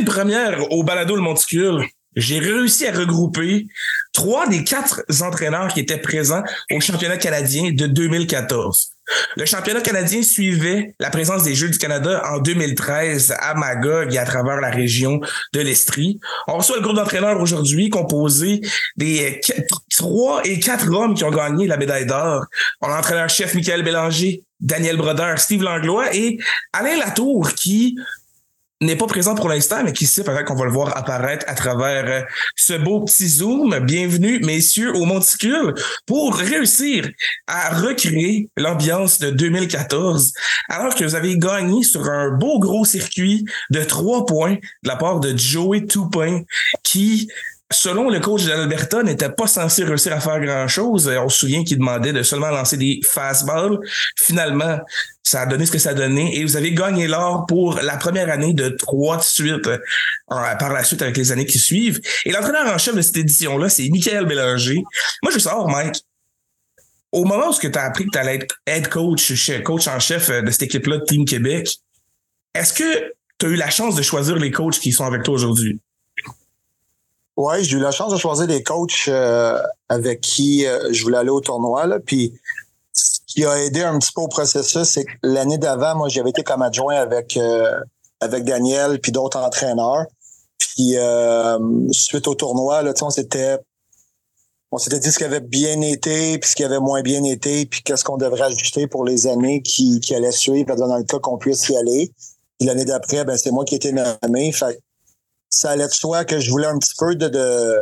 première au Balado Le Monticule. J'ai réussi à regrouper 3 des 4 entraîneurs qui étaient présents au championnat canadien de 2014. Le championnat canadien suivait la présence des Jeux du Canada en 2013 à Magog et à travers la région de l'Estrie. On reçoit le groupe d'entraîneurs aujourd'hui composé des 3 et 4 hommes qui ont gagné la médaille d'or. On a l'entraîneur-chef Michael Bélanger, Daniel Brodeur, Steve Langlois et Alain Latour qui n'est pas présent pour l'instant, mais qui sait peut-être qu'on va le voir apparaître à travers ce beau petit Zoom. Bienvenue, messieurs, au Monticule pour réussir à recréer l'ambiance de 2014, alors que vous avez gagné sur un beau gros circuit de 3 points de la part de Joey Toupin, qui, selon le coach de l'Alberta, n'était pas censé réussir à faire grand-chose. On se souvient qu'il demandait de seulement lancer des fastballs. Finalement, ça a donné ce que ça a donné et vous avez gagné l'or pour la première année de 3 de suite par la suite avec les années qui suivent. Et l'entraîneur en chef de cette édition-là, c'est Michael Bélanger. Moi, je sors, Mike. Au moment où tu as appris que tu allais être head coach, coach en chef de cette équipe-là de Team Québec, est-ce que tu as eu la chance de choisir les coachs qui sont avec toi aujourd'hui? Oui, j'ai eu la chance de choisir des coachs avec qui je voulais aller au tournoi. Là. Puis, ce qui a aidé un petit peu au processus, c'est que l'année d'avant, moi, j'avais été comme adjoint avec Daniel puis d'autres entraîneurs. Puis, suite au tournoi, là, on s'était dit ce qui avait bien été puis ce qui avait moins bien été puis qu'est-ce qu'on devrait ajuster pour les années qui allaient suivre dans le cas qu'on puisse y aller. Puis l'année d'après, ben c'est moi qui ai été nommé. Fait ça allait de soi que je voulais un petit peu d'un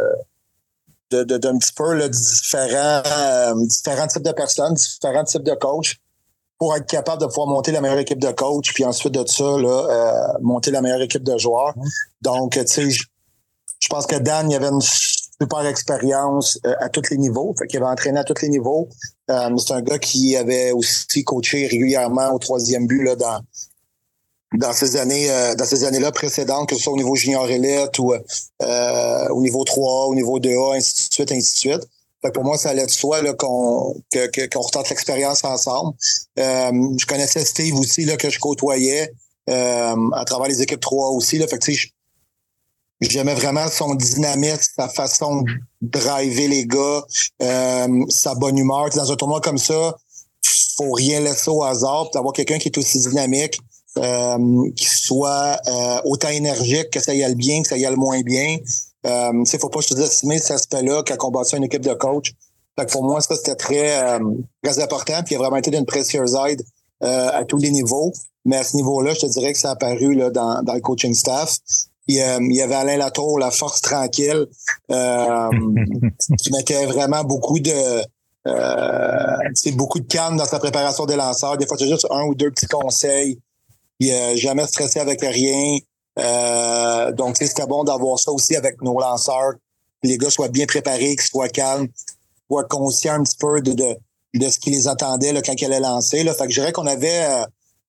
petit peu là, différents types de personnes, différents types de coachs pour être capable de pouvoir monter la meilleure équipe de coach puis ensuite de ça là, monter la meilleure équipe de joueurs. Donc, tu sais, je pense que Dan, il avait une super expérience à tous les niveaux. Fait qu'il avait entraîné à tous les niveaux. C'est un gars qui avait aussi coaché régulièrement au 3e but là, dans ces années-là précédentes, que ce soit au niveau junior élite ou au niveau 3A, au niveau 2A, ainsi de suite, ainsi de suite. Fait que pour moi, ça allait de soi là, qu'on retente l'expérience ensemble. Je connaissais Steve aussi, là, que je côtoyais à travers les équipes 3A aussi. Là. Fait que tu sais, j'aimais vraiment son dynamisme, sa façon de driver les gars, sa bonne humeur. Dans un tournoi comme ça, faut rien laisser au hasard. Puis d'avoir quelqu'un qui est aussi dynamique, qui soit autant énergique, que ça y aille bien, que ça y aille moins bien. Faut pas sous-estimer cet aspect-là quand on bâtit une équipe de coach. Fait que pour moi, ça, c'était très, très important. Puis il a vraiment été d'une précieuse aide à tous les niveaux. Mais à ce niveau-là, je te dirais que ça a apparu là, dans le coaching staff. Il y avait Alain Latour, la force tranquille, qui mettait vraiment beaucoup de calme dans sa préparation des lanceurs. Des fois, c'est juste 1 ou 2 petits conseils. Il jamais stressé avec rien. Donc, c'était bon d'avoir ça aussi avec nos lanceurs. Que les gars soient bien préparés, qu'ils soient calmes, soient conscients un petit peu de ce qui les attendait là, quand ils allaient lancer. Là. Fait que je dirais qu'on avait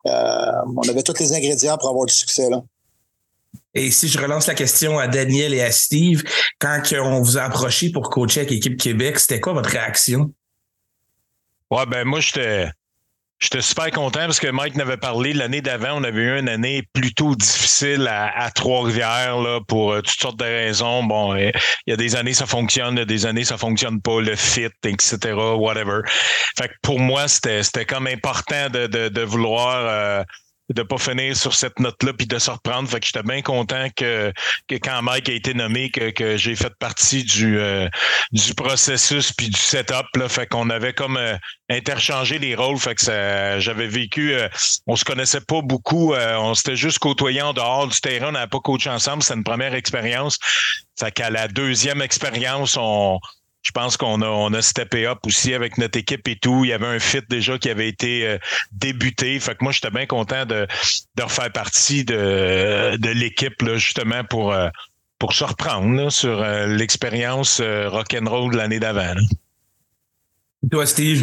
tous les ingrédients pour avoir du succès. Là. Et si je relance la question à Daniel et à Steve, quand on vous a approché pour coacher avec l'équipe Québec, c'était quoi votre réaction? Ouais, ben moi, j'étais super content parce que Mike n'avait parlé l'année d'avant. On avait eu une année plutôt difficile à Trois-Rivières là, pour toutes sortes de raisons. Bon, il y a des années ça fonctionne, il y a des années ça fonctionne pas, le fit, etc., whatever. Fait que pour moi, c'était comme important de vouloir de pas finir sur cette note-là puis de se reprendre. Fait que j'étais bien content que quand Mike a été nommé, que j'ai fait partie du processus puis du setup. Là. Fait qu'on avait comme interchangé les rôles. Fait que j'avais vécu, on se connaissait pas beaucoup. On s'était juste côtoyés en dehors du terrain. On n'avait pas coaché ensemble. C'était une première expérience. Fait qu'à la deuxième expérience, je pense qu'on a steppé up aussi avec notre équipe et tout. Il y avait un fit déjà qui avait été débuté. Fait que moi, j'étais bien content de refaire partie de l'équipe là, justement pour se reprendre là, sur l'expérience rock'n'roll de l'année d'avant. Là. Toi, Steve?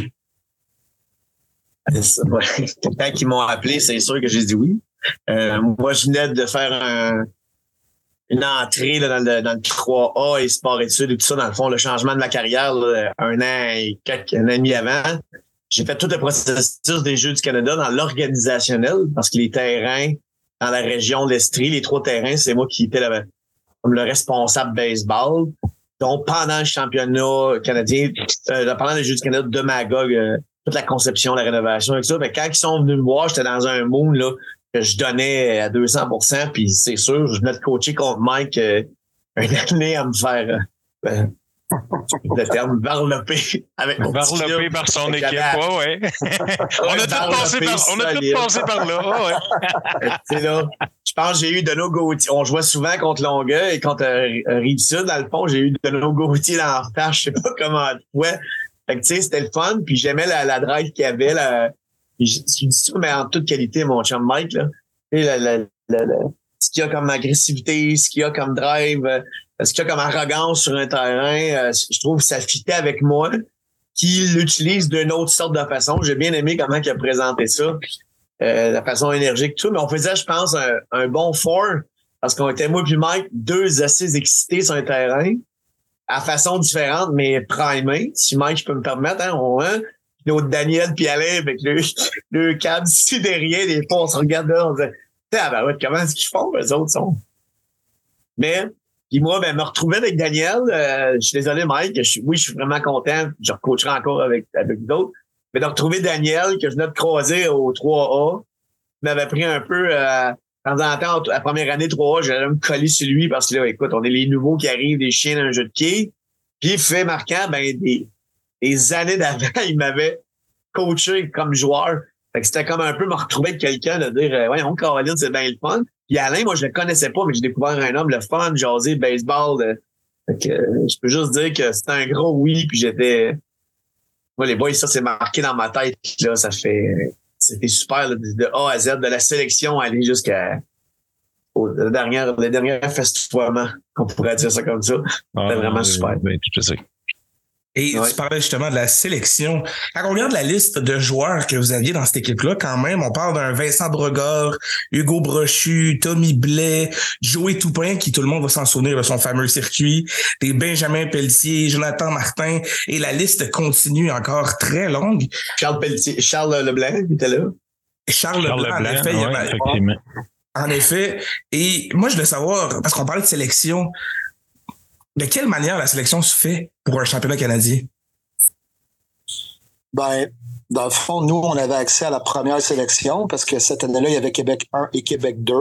Quand ils m'ont appelé, c'est sûr que j'ai dit oui. Moi, je venais de faire une entrée là, dans le 3A et sport-études et tout ça, dans le fond, le changement de ma carrière, là, un an et demi avant. J'ai fait tout le processus des Jeux du Canada dans l'organisationnel parce que les terrains dans la région d'Estrie. Les 3 terrains, c'est moi qui étais comme le responsable baseball. Donc, pendant le championnat canadien, pendant les Jeux du Canada de Magog, toute la conception, la rénovation et tout ça. Mais quand ils sont venus me voir, j'étais dans un mood là, que je donnais à 200%. Puis c'est sûr, je venais de coacher contre Mike une année à me faire le terme varloper avec mon varloper par son équipe. Ouais. On a tous passé par là. Ouais. C'est là. Je pense que j'ai eu Deneau Gauthier. On jouait souvent contre Longueuil et contre Rive-Sud. Dans le fond, j'ai eu Deneau Gauthier dans la retard. Je sais pas comment. Ouais. Fait que tu sais, c'était le fun. Puis j'aimais la drive qu'il y avait. Je dis ça, mais en toute qualité, mon chum Mike, là. Tu sais, ce qu'il y a comme agressivité, ce qu'il y a comme drive, ce qu'il y a comme arrogance sur un terrain, je trouve que ça fitait avec moi, qui l'utilise d'une autre sorte de façon. J'ai bien aimé comment il a présenté ça, la façon énergique, tout. Mais on faisait, je pense, un bon four, parce qu'on était, moi puis Mike, 2 assez excités sur un terrain, à façon différente, mais primés. Si Mike, je peux me permettre, l'autre Daniel puis Alain avec le câble sidérien, des fois, on se regarde là, on disait, comment est-ce qu'ils font, eux autres sont? Mais, puis moi, me retrouver avec Daniel, je suis désolé, Mike, je suis vraiment content, je recoacherai encore avec d'autres, mais de retrouver Daniel, que je venais de croiser au 3A, m'avait pris un peu, de temps en temps, la première année 3A, j'allais me coller sur lui parce que là, écoute, on est les nouveaux qui arrivent, des chiens dans un jeu de quai, puis fait marquant, des années d'avant, il m'avait coaché comme joueur. Fait que c'était comme un peu me retrouver avec quelqu'un, de dire, voyons, Caroline, c'est bien le fun. Puis Alain, moi, je le connaissais pas, mais j'ai découvert un homme, le fun, jaser, baseball. Fait que je peux juste dire que c'était un gros oui, puis j'étais... Moi, les boys, ça, c'est marqué dans ma tête. Là, c'était super, là, de A à Z, de la sélection à aller jusqu'à le dernier festoiement, qu'on pourrait dire ça comme ça. C'était vraiment super. Ben, tout ça. Et tu parlais justement de la sélection. Quand on regarde la liste de joueurs que vous aviez dans cette équipe-là, quand même, on parle d'un Vincent Bregard, Hugo Brochu, Tommy Blais, Joey Toupin, qui tout le monde va s'en souvenir de son fameux circuit, des Benjamin Pelletier, Jonathan Martin, et la liste continue encore très longue. Charles Leblanc, il était là. Charles Leblanc, en effet. Effectivement. En effet. Et moi, je veux savoir, parce qu'on parlait de sélection, de quelle manière la sélection se fait pour un championnat canadien? Ben, dans le fond, nous, on avait accès à la première sélection parce que cette année-là, il y avait Québec 1 et Québec 2.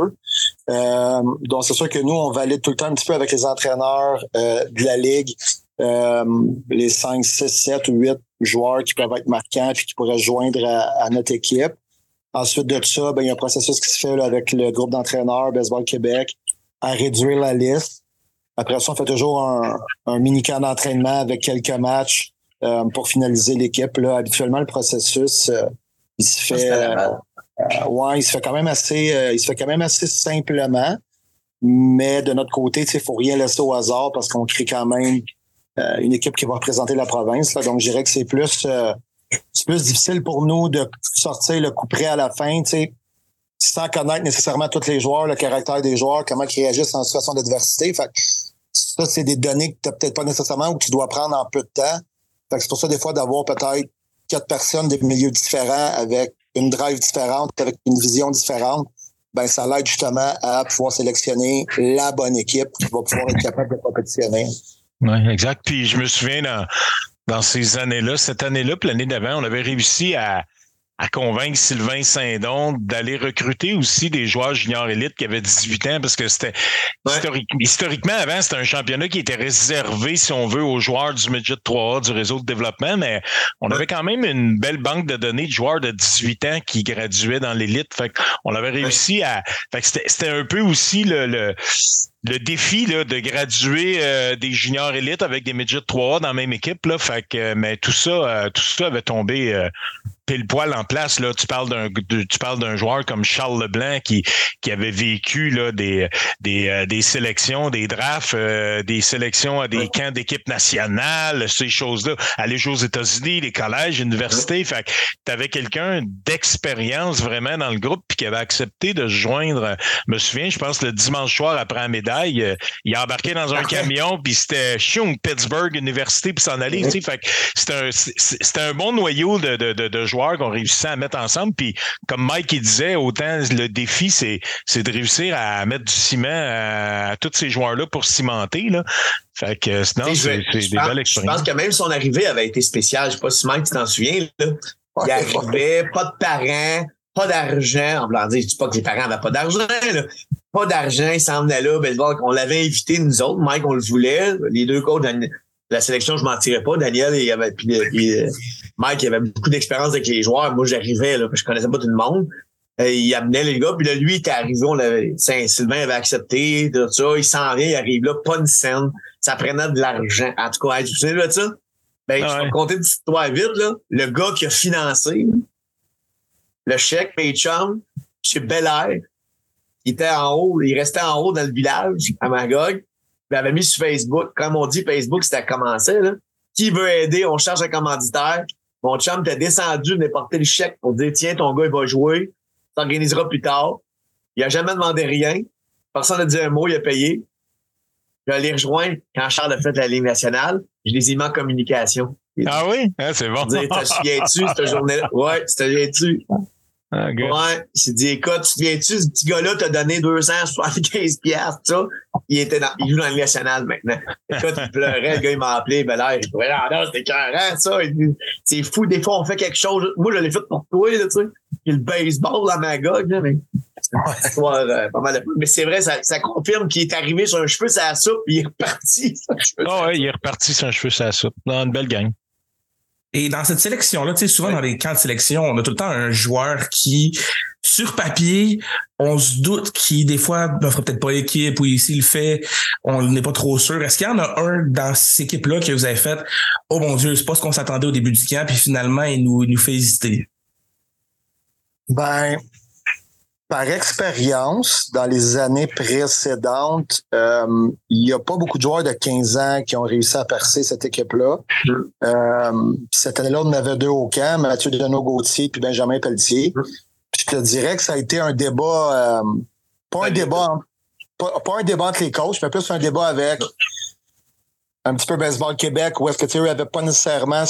Donc, c'est sûr que nous, on valide tout le temps un petit peu avec les entraîneurs de la Ligue, les 5, 6, 7 ou 8 joueurs qui peuvent être marquants et qui pourraient se joindre à notre équipe. Ensuite de ça, il y a un processus qui se fait là, avec le groupe d'entraîneurs Baseball Québec à réduire la liste. Après ça, on fait toujours un mini-camp d'entraînement avec quelques matchs pour finaliser l'équipe. Là, habituellement, le processus, il se fait il se fait quand même assez simplement. Mais de notre côté, il faut rien laisser au hasard parce qu'on crée quand même une équipe qui va représenter la province. Là. Donc, je dirais que c'est plus difficile pour nous de sortir le coup près à la fin, sans connaître nécessairement tous les joueurs, le caractère des joueurs, comment ils réagissent en situation d'adversité. Fait que ça, c'est des données que tu n'as peut-être pas nécessairement ou que tu dois prendre en peu de temps. Fait que c'est pour ça, des fois, d'avoir peut-être 4 personnes de milieux différents avec une drive différente, avec une vision différente, ça l'aide justement à pouvoir sélectionner la bonne équipe qui va pouvoir être capable de compétitionner. Oui, exact. Puis je me souviens dans ces années-là, cette année-là, puis l'année d'avant, on avait réussi à convaincre Sylvain Saint-Don d'aller recruter aussi des joueurs juniors élites qui avaient 18 ans parce que c'était historiquement avant, c'était un championnat qui était réservé, si on veut, aux joueurs du midget 3A du réseau de développement, mais on avait quand même une belle banque de données de joueurs de 18 ans qui graduaient dans l'élite. Fait qu'on avait réussi fait que c'était un peu aussi le défi là, de graduer des juniors élites avec des midget 3A dans la même équipe. Là, fait que, mais tout ça avait tombé pile poil en place. Là. Tu parles d'un joueur comme Charles Leblanc qui avait vécu là, des sélections, des drafts, des sélections à des camps d'équipe nationale, ces choses-là. Aller jouer aux États-Unis, les collèges, universités. Fait que tu avais quelqu'un d'expérience vraiment dans le groupe puis qui avait accepté de se joindre. Je me souviens, je pense le dimanche soir après la médaille, il a embarqué dans un camion puis c'était Pittsburgh Université puis s'en aller. Fait que c'était un bon noyau de joueurs joueurs qu'on réussissait à mettre ensemble. Puis, comme Mike il disait, autant le défi, c'est de réussir à mettre du ciment à tous ces joueurs-là pour cimenter, là. Fait que sinon, c'est des belles expériences. Je pense que même son arrivée avait été spéciale. Je sais pas si Mike, tu t'en souviens, là. Il arrivait, pas de parents, pas d'argent. En blanc, je dis pas que les parents n'avaient pas d'argent, là. Pas d'argent, il s'en venait là. On l'avait invité, nous autres. Mike, on le voulait. Les deux coachs de la sélection, je m'en tirais pas. Daniel, puis Mike, il avait beaucoup d'expérience avec les joueurs. Moi, j'arrivais, là, je connaissais pas tout le monde. Il amenait les gars, puis là, lui, il était arrivé, Saint-Sylvain avait accepté, tout ça. Il s'en vient, il arrive là, pas une scène. Ça prenait de l'argent. En tout cas, tu te souviens de ça? Je vais compter une petite histoire vite, là. Le gars qui a financé le chèque Paychum chez Bel Air, il était en haut, il restait en haut dans le village, à Magog. Il avait mis sur Facebook. Comme on dit, Facebook, c'était commencé, là. Qui veut aider? On cherche un commanditaire. Mon chum t'a descendu, venait porter le chèque pour dire, tiens, ton gars, il va jouer. S'organisera plus tard. Il a jamais demandé rien. Personne n'a dit un mot, il a payé. Je vais aller rejoindre quand Charles a fait la Ligue nationale. Je les ai mis en communication. Ah oui? Ah, c'est bon. Dire, te souviens-tu cette journée-là? Ouais, te souviens-tu? Ah, good. Ouais. Il s'est dit, écoute, te souviens-tu, ce petit gars-là t'a donné 275$, ça? Il joue dans la Ligue nationale maintenant. Écoute, il pleurait, le gars, il m'a appelé, ben là, il dit, non, c'était écœurant, ça. C'est fou, des fois, on fait quelque chose. Moi, je l'ai fait pour toi, là, tu sais. Puis le baseball à Magog, là, mais c'est histoire pas mal de... Mais c'est vrai, ça confirme qu'il est arrivé sur un cheveu sur la soupe, puis il est reparti. Il est reparti sur un cheveu sur la soupe. Dans une belle gang. Et dans cette sélection-là, tu sais, souvent dans les camps de sélection, on a tout le temps un joueur qui, sur papier, on se doute qu'il, des fois, ne fera peut-être pas l'équipe ou s'il le fait, on n'est pas trop sûr. Est-ce qu'il y en a un dans cette équipe-là que vous avez fait, oh mon Dieu, c'est pas ce qu'on s'attendait au début du camp, puis finalement, il nous fait hésiter? Ben, par expérience, dans les années précédentes, il n'y a pas beaucoup de joueurs de 15 ans qui ont réussi à percer cette équipe-là. Cette année-là, on en avait deux au camp, Mathieu Deneau-Gauthier puis Benjamin Pelletier. Je te dirais que ça a été un débat, pas un débat entre les coachs, mais plus un débat avec un petit peu Baseball Québec, où est-ce que tu n'avais pas nécessairement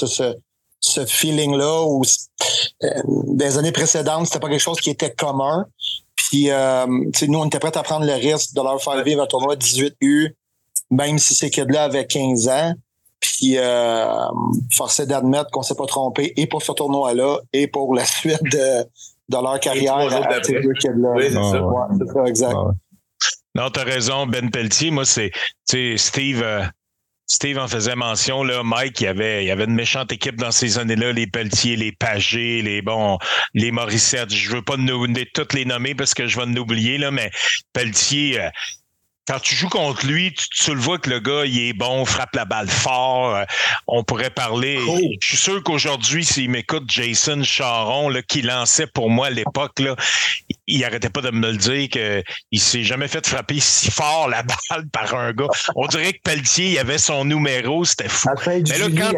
ce feeling-là, où dans les années précédentes, c'était pas quelque chose qui était commun. Puis, nous, on était prêts à prendre le risque de leur faire vivre un tournoi 18U, même si ces kids-là avaient 15 ans. Puis, forcé d'admettre qu'on s'est pas trompé et pour ce tournoi-là et pour la suite de leur carrière à ces deux kids-là. Oui, c'est ça. Ouais, c'est ça, exact. Ouais. Non, t'as raison, Ben Pelletier. Moi, c'est, tu sais, Steve en faisait mention, là, Mike, il y avait une méchante équipe dans ces années-là, les Pelletier, les Pagé, les Morissette. Je veux pas toutes les nommer parce que je vais en oublier, là, mais Pelletier, quand tu joues contre lui, tu le vois que le gars, il est bon, frappe la balle fort. On pourrait parler. Oh. Je suis sûr qu'aujourd'hui, s'il m'écoute Jason Charon, là, qui lançait pour moi à l'époque, là, il arrêtait pas de me le dire qu'il s'est jamais fait frapper si fort la balle par un gars. On dirait que Pelletier, il avait son numéro, c'était fou. Mais là,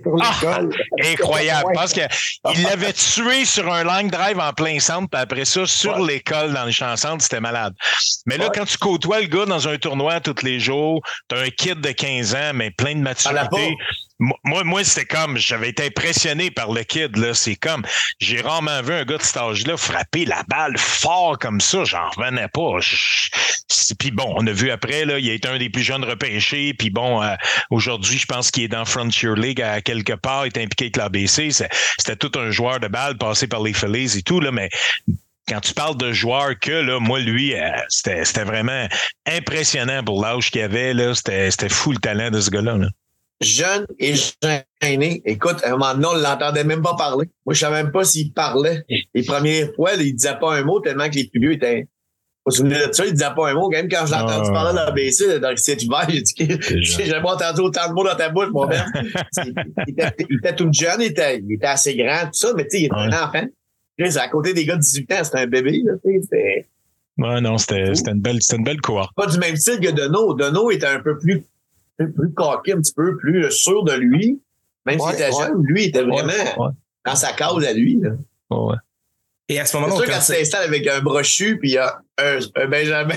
incroyable. Parce qu'il l'avait tué sur un line drive en plein centre, puis après ça, sur l'école dans le champ centre, c'était malade. Mais là, quand tu côtoies le gars dans un tournoi tous les jours, t'as un kid de 15 ans, mais plein de maturité. Moi, c'était comme, j'avais été impressionné par le kid, là. C'est comme, j'ai rarement vu un gars de cet âge-là frapper la balle fort comme ça. J'en revenais pas. Puis bon, on a vu après, là, il a été un des plus jeunes repêchés. Puis bon, aujourd'hui, je pense qu'il est dans Frontier League à quelque part. Il est impliqué avec l'ABC. C'était tout un joueur de balle passé par les Phillies et tout, là, mais quand tu parles de joueur que, là, moi, lui, c'était vraiment impressionnant pour l'âge qu'il avait, là. C'était fou le talent de ce gars-là, là. Jeune et gêné. Écoute, à un moment donné, on l'entendait même pas parler. Moi, je savais même pas s'il parlait. Les premières fois, là, il disait pas un mot tellement que les plus vieux étaient... Vous vous souvenez de ça? Il disait pas un mot. Même quand je l'ai entendu parler dans l'ABC, dans le site hiver, j'ai dit que j'ai jamais entendu autant de mots dans ta bouche, mon père. Il était tout jeune, il était assez grand, tout ça, mais tu sais, il était un enfant. À côté des gars de 18 ans, c'était un bébé, là, tu sais. Ouais, non, c'était une belle cohorte. Pas du même style que Deneau. Deneau était un peu plus coquille, un petit peu plus sûr de lui. Même s'il était jeune, lui, il était vraiment dans sa cause à lui, là. Ouais. Et à ce moment-là, c'est sûr, quand tu t'installes avec un brochu puis un Benjamin,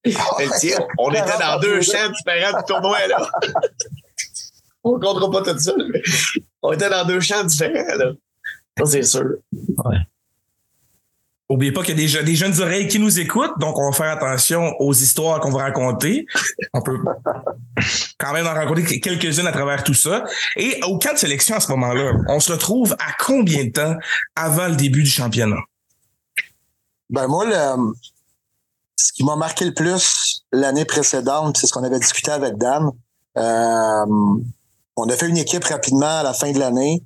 on était dans deux champs différents du tournoi, là. On ne comptera pas tout ça, mais on était dans deux champs différents, là. Ça, c'est sûr. Ouais. N'oubliez pas qu'il y a des jeunes oreilles qui nous écoutent, donc on va faire attention aux histoires qu'on va raconter. On peut quand même en raconter quelques-unes à travers tout ça. Et au camp de sélection à ce moment-là, on se retrouve à combien de temps avant le début du championnat? Ben moi, ce qui m'a marqué le plus l'année précédente, c'est ce qu'on avait discuté avec Dan. On a fait une équipe rapidement à la fin de l'année.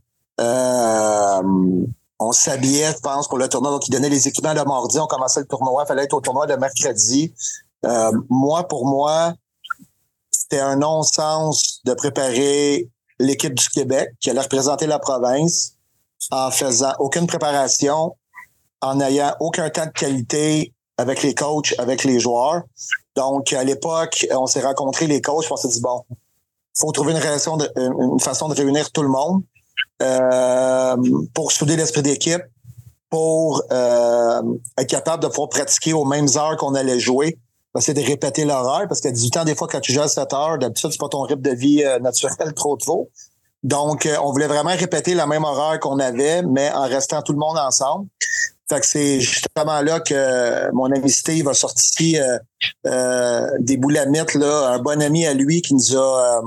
On s'habillait, je pense, pour le tournoi. Donc, ils donnaient les équipements le mardi. On commençait le tournoi. Il fallait être au tournoi le mercredi. Pour moi, c'était un non-sens de préparer l'équipe du Québec qui allait représenter la province en faisant aucune préparation, en n'ayant aucun temps de qualité avec les coachs, avec les joueurs. Donc, à l'époque, on s'est rencontrés, les coachs, on s'est dit, bon, faut trouver une façon de réunir tout le monde pour souder l'esprit d'équipe, pour être capable de pouvoir pratiquer aux mêmes heures qu'on allait jouer. C'est de répéter l'horaire, parce qu'à 18 ans, des fois, quand tu joues à 7 heures, d'habitude, c'est pas ton rythme de vie naturel trop tôt. Donc, on voulait vraiment répéter la même horaire qu'on avait, mais en restant tout le monde ensemble. Fait que c'est justement là que mon ami Steve a sorti des boulamites, là, un bon ami à lui qui nous a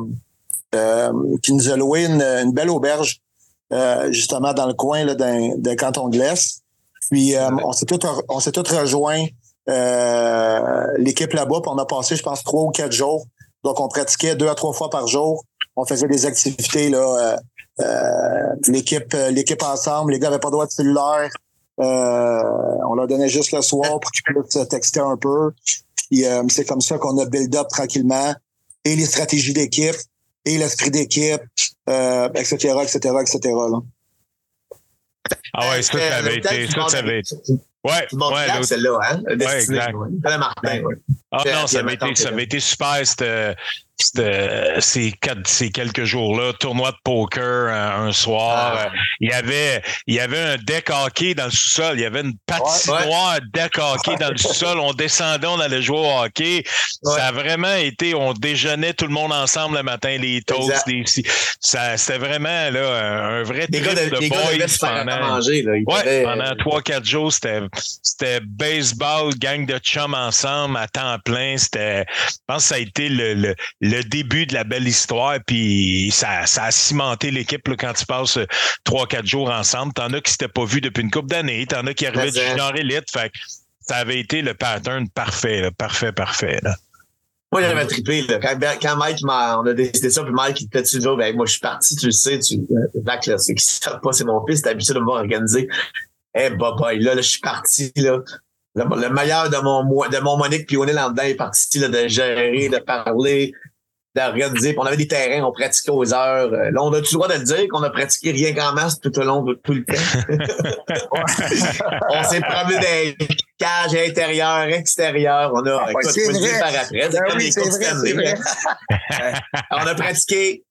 loué une belle auberge justement dans le coin là, d'un canton de l'Est. Puis on s'est tous rejoints l'équipe là-bas, puis on a passé, je pense, 3 ou 4 jours. Donc, on pratiquait 2 à 3 fois par jour. On faisait des activités, là, l'équipe ensemble. Les gars n'avaient pas droit de cellulaire. On leur donnait juste le soir pour qu'ils puissent texter un peu. Puis c'est comme ça qu'on a build up tranquillement et les stratégies d'équipe et l'esprit d'équipe, etc., etc., etc. Là. Ah ouais, ça avait été. Ouais, ouais, celle-là, hein? Ouais, exact. Martin, ouais. Ah non, ça avait été super, ces quelques jours-là, tournoi de poker un soir. Il y avait un deck hockey dans le sous-sol. Il y avait une patinoire deck hockey dans le sous-sol. On descendait, on allait jouer au hockey. Ouais. Ça a vraiment été, on déjeunait tout le monde ensemble le matin, les toasts, c'était vraiment là un vrai trip de boys pendant 3-4 jours. C'était baseball, gang de chums ensemble à temps plein. Je pense que ça a été le début de la belle histoire, puis ça a cimenté l'équipe là, quand tu passes 3-4 jours ensemble. T'en as qui s'étaient pas vus depuis une couple d'années, t'en as qui arrivaient du junior élite. Fait que ça avait été le pattern parfait, là, parfait. Là. Moi, j'avais trippé. Là. Quand Mike, on a décidé ça, puis Mike, il était toujours, ben, moi, je suis parti, tu le sais, Black, là, c'est qui savent pas, c'est mon fils, t'as habitué de me voir organiser. Là, je suis parti, là. Le meilleur de mon Monique Pionnet là-dedans est parti, là, de gérer, de parler, d'organiser. Puis on avait des terrains, on pratiquait aux heures. Là, on a-tu le droit de le dire qu'on a pratiqué rien qu'en masse tout au long de tout le temps? On s'est promené des cages intérieures, extérieures. On a, écoute, je peux le dire par après. C'est comme les coupes Stanley. On a pratiqué.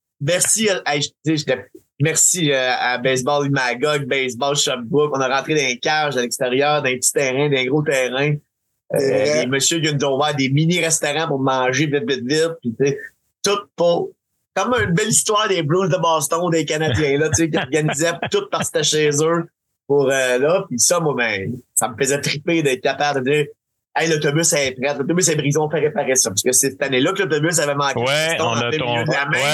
Merci à Baseball Magog, Baseball Sherbrooke. On a rentré dans les cages à l'extérieur, dans les petits terrains, dans les gros terrains. Les messieurs qui ont ouvert des mini-restaurants pour manger vite. Puis, tout pour... Comme une belle histoire des Blues de Boston, des Canadiens, là, tu sais, qui organisaient tout par c'était chez eux. Pour là. Puis ça, moi, ben, ça me faisait triper d'être capable de dire hey, l'autobus est prêt, l'autobus est brisé, on fait réparer ça. Parce que c'est cette année-là que l'autobus avait manqué. Ouais, on a ton.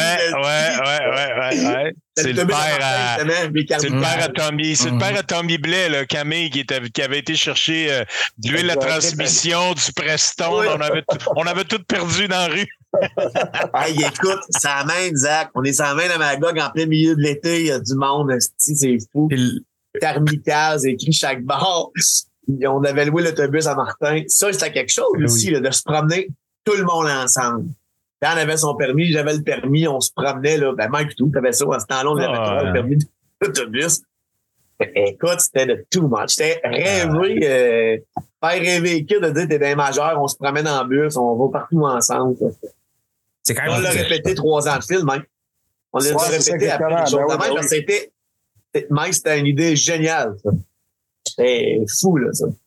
Ouais. C'est le père à Tommy. C'est le père à Tommy Blais, là, Camille, qui avait été chercher de l'huile à transmission, du Preston. Ouais. On avait tout perdu dans la rue. Hey, écoute, ça amène, Zach. On est sans main à Magog en plein milieu de l'été. Il y a du monde. C'est fou. Thermicase, écrit chaque bar. On avait loué l'autobus à Martin. Ça, c'était quelque chose aussi, là, de se promener tout le monde ensemble. Quand on avait son permis, j'avais le permis, on se promenait, là. Ben, Mike, tout, t'avais ça. À ce temps-là, on avait le permis d'autobus. Écoute, c'était de too much. C'était rêver, faire rêver les kids de dire t'es des majeurs, on se promène en bus, on va partout ensemble. C'est quand même on l'a répété 3 ans de film, Mike. On l'a répété après les choses. Mike, c'était une idée géniale, ça. C'est fou, là, ça.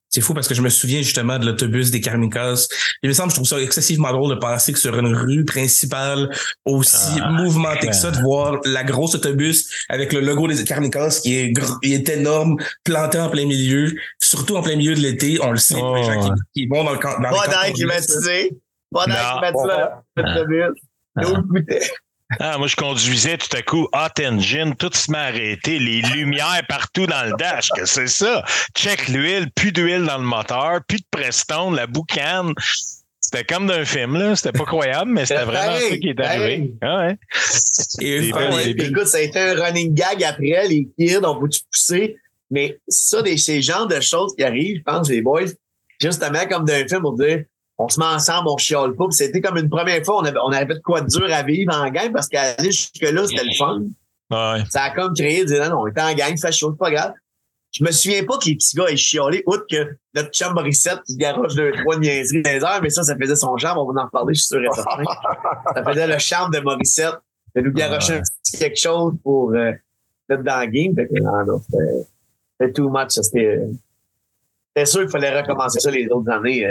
C'est fou parce que je me souviens justement de l'autobus des Carnicas. Il me semble que je trouve ça excessivement drôle de penser que sur une rue principale aussi mouvementée que ça, de voir la grosse autobus avec le logo des Carnicas qui est énorme, planté en plein milieu, surtout en plein milieu de l'été. On le sait, les gens qui vont dans le camp. Pas d'air climatisé. Pas d'air climatisé dans l'autobus. Moi, je conduisais tout à coup, hot engine, tout se met à arrêter, les lumières partout dans le dash, que c'est ça? Check l'huile, plus d'huile dans le moteur, plus de Prestone, la boucane. C'était comme d'un film, là. C'était pas croyable, mais c'était vraiment ça qui est arrivé. Écoute, ça a été un running gag après, les kids, on peut pousser. Mais ça, ces genres de choses qui arrivent, je pense, les boys, justement comme d'un film, on dit on se met ensemble, on chiale pas. Puis c'était comme une première fois, on avait de quoi de dur à vivre en gang parce qu'aller jusque-là, c'était le fun. Ouais. Ça a comme créé, non, on était en gang, fait chaud, c'est pas grave. Je me souviens pas que les petits gars aient chialé, outre que notre chum Morissette qui garoche 2-3 niaiseries dans les heures, mais ça faisait son charme, on va en reparler, je suis sûr et certain. Ça faisait le charme de Morissette de nous garocher un petit quelque chose pour être dans le game. Fait que, non, c'était too much. C'était sûr qu'il fallait recommencer ça les autres années.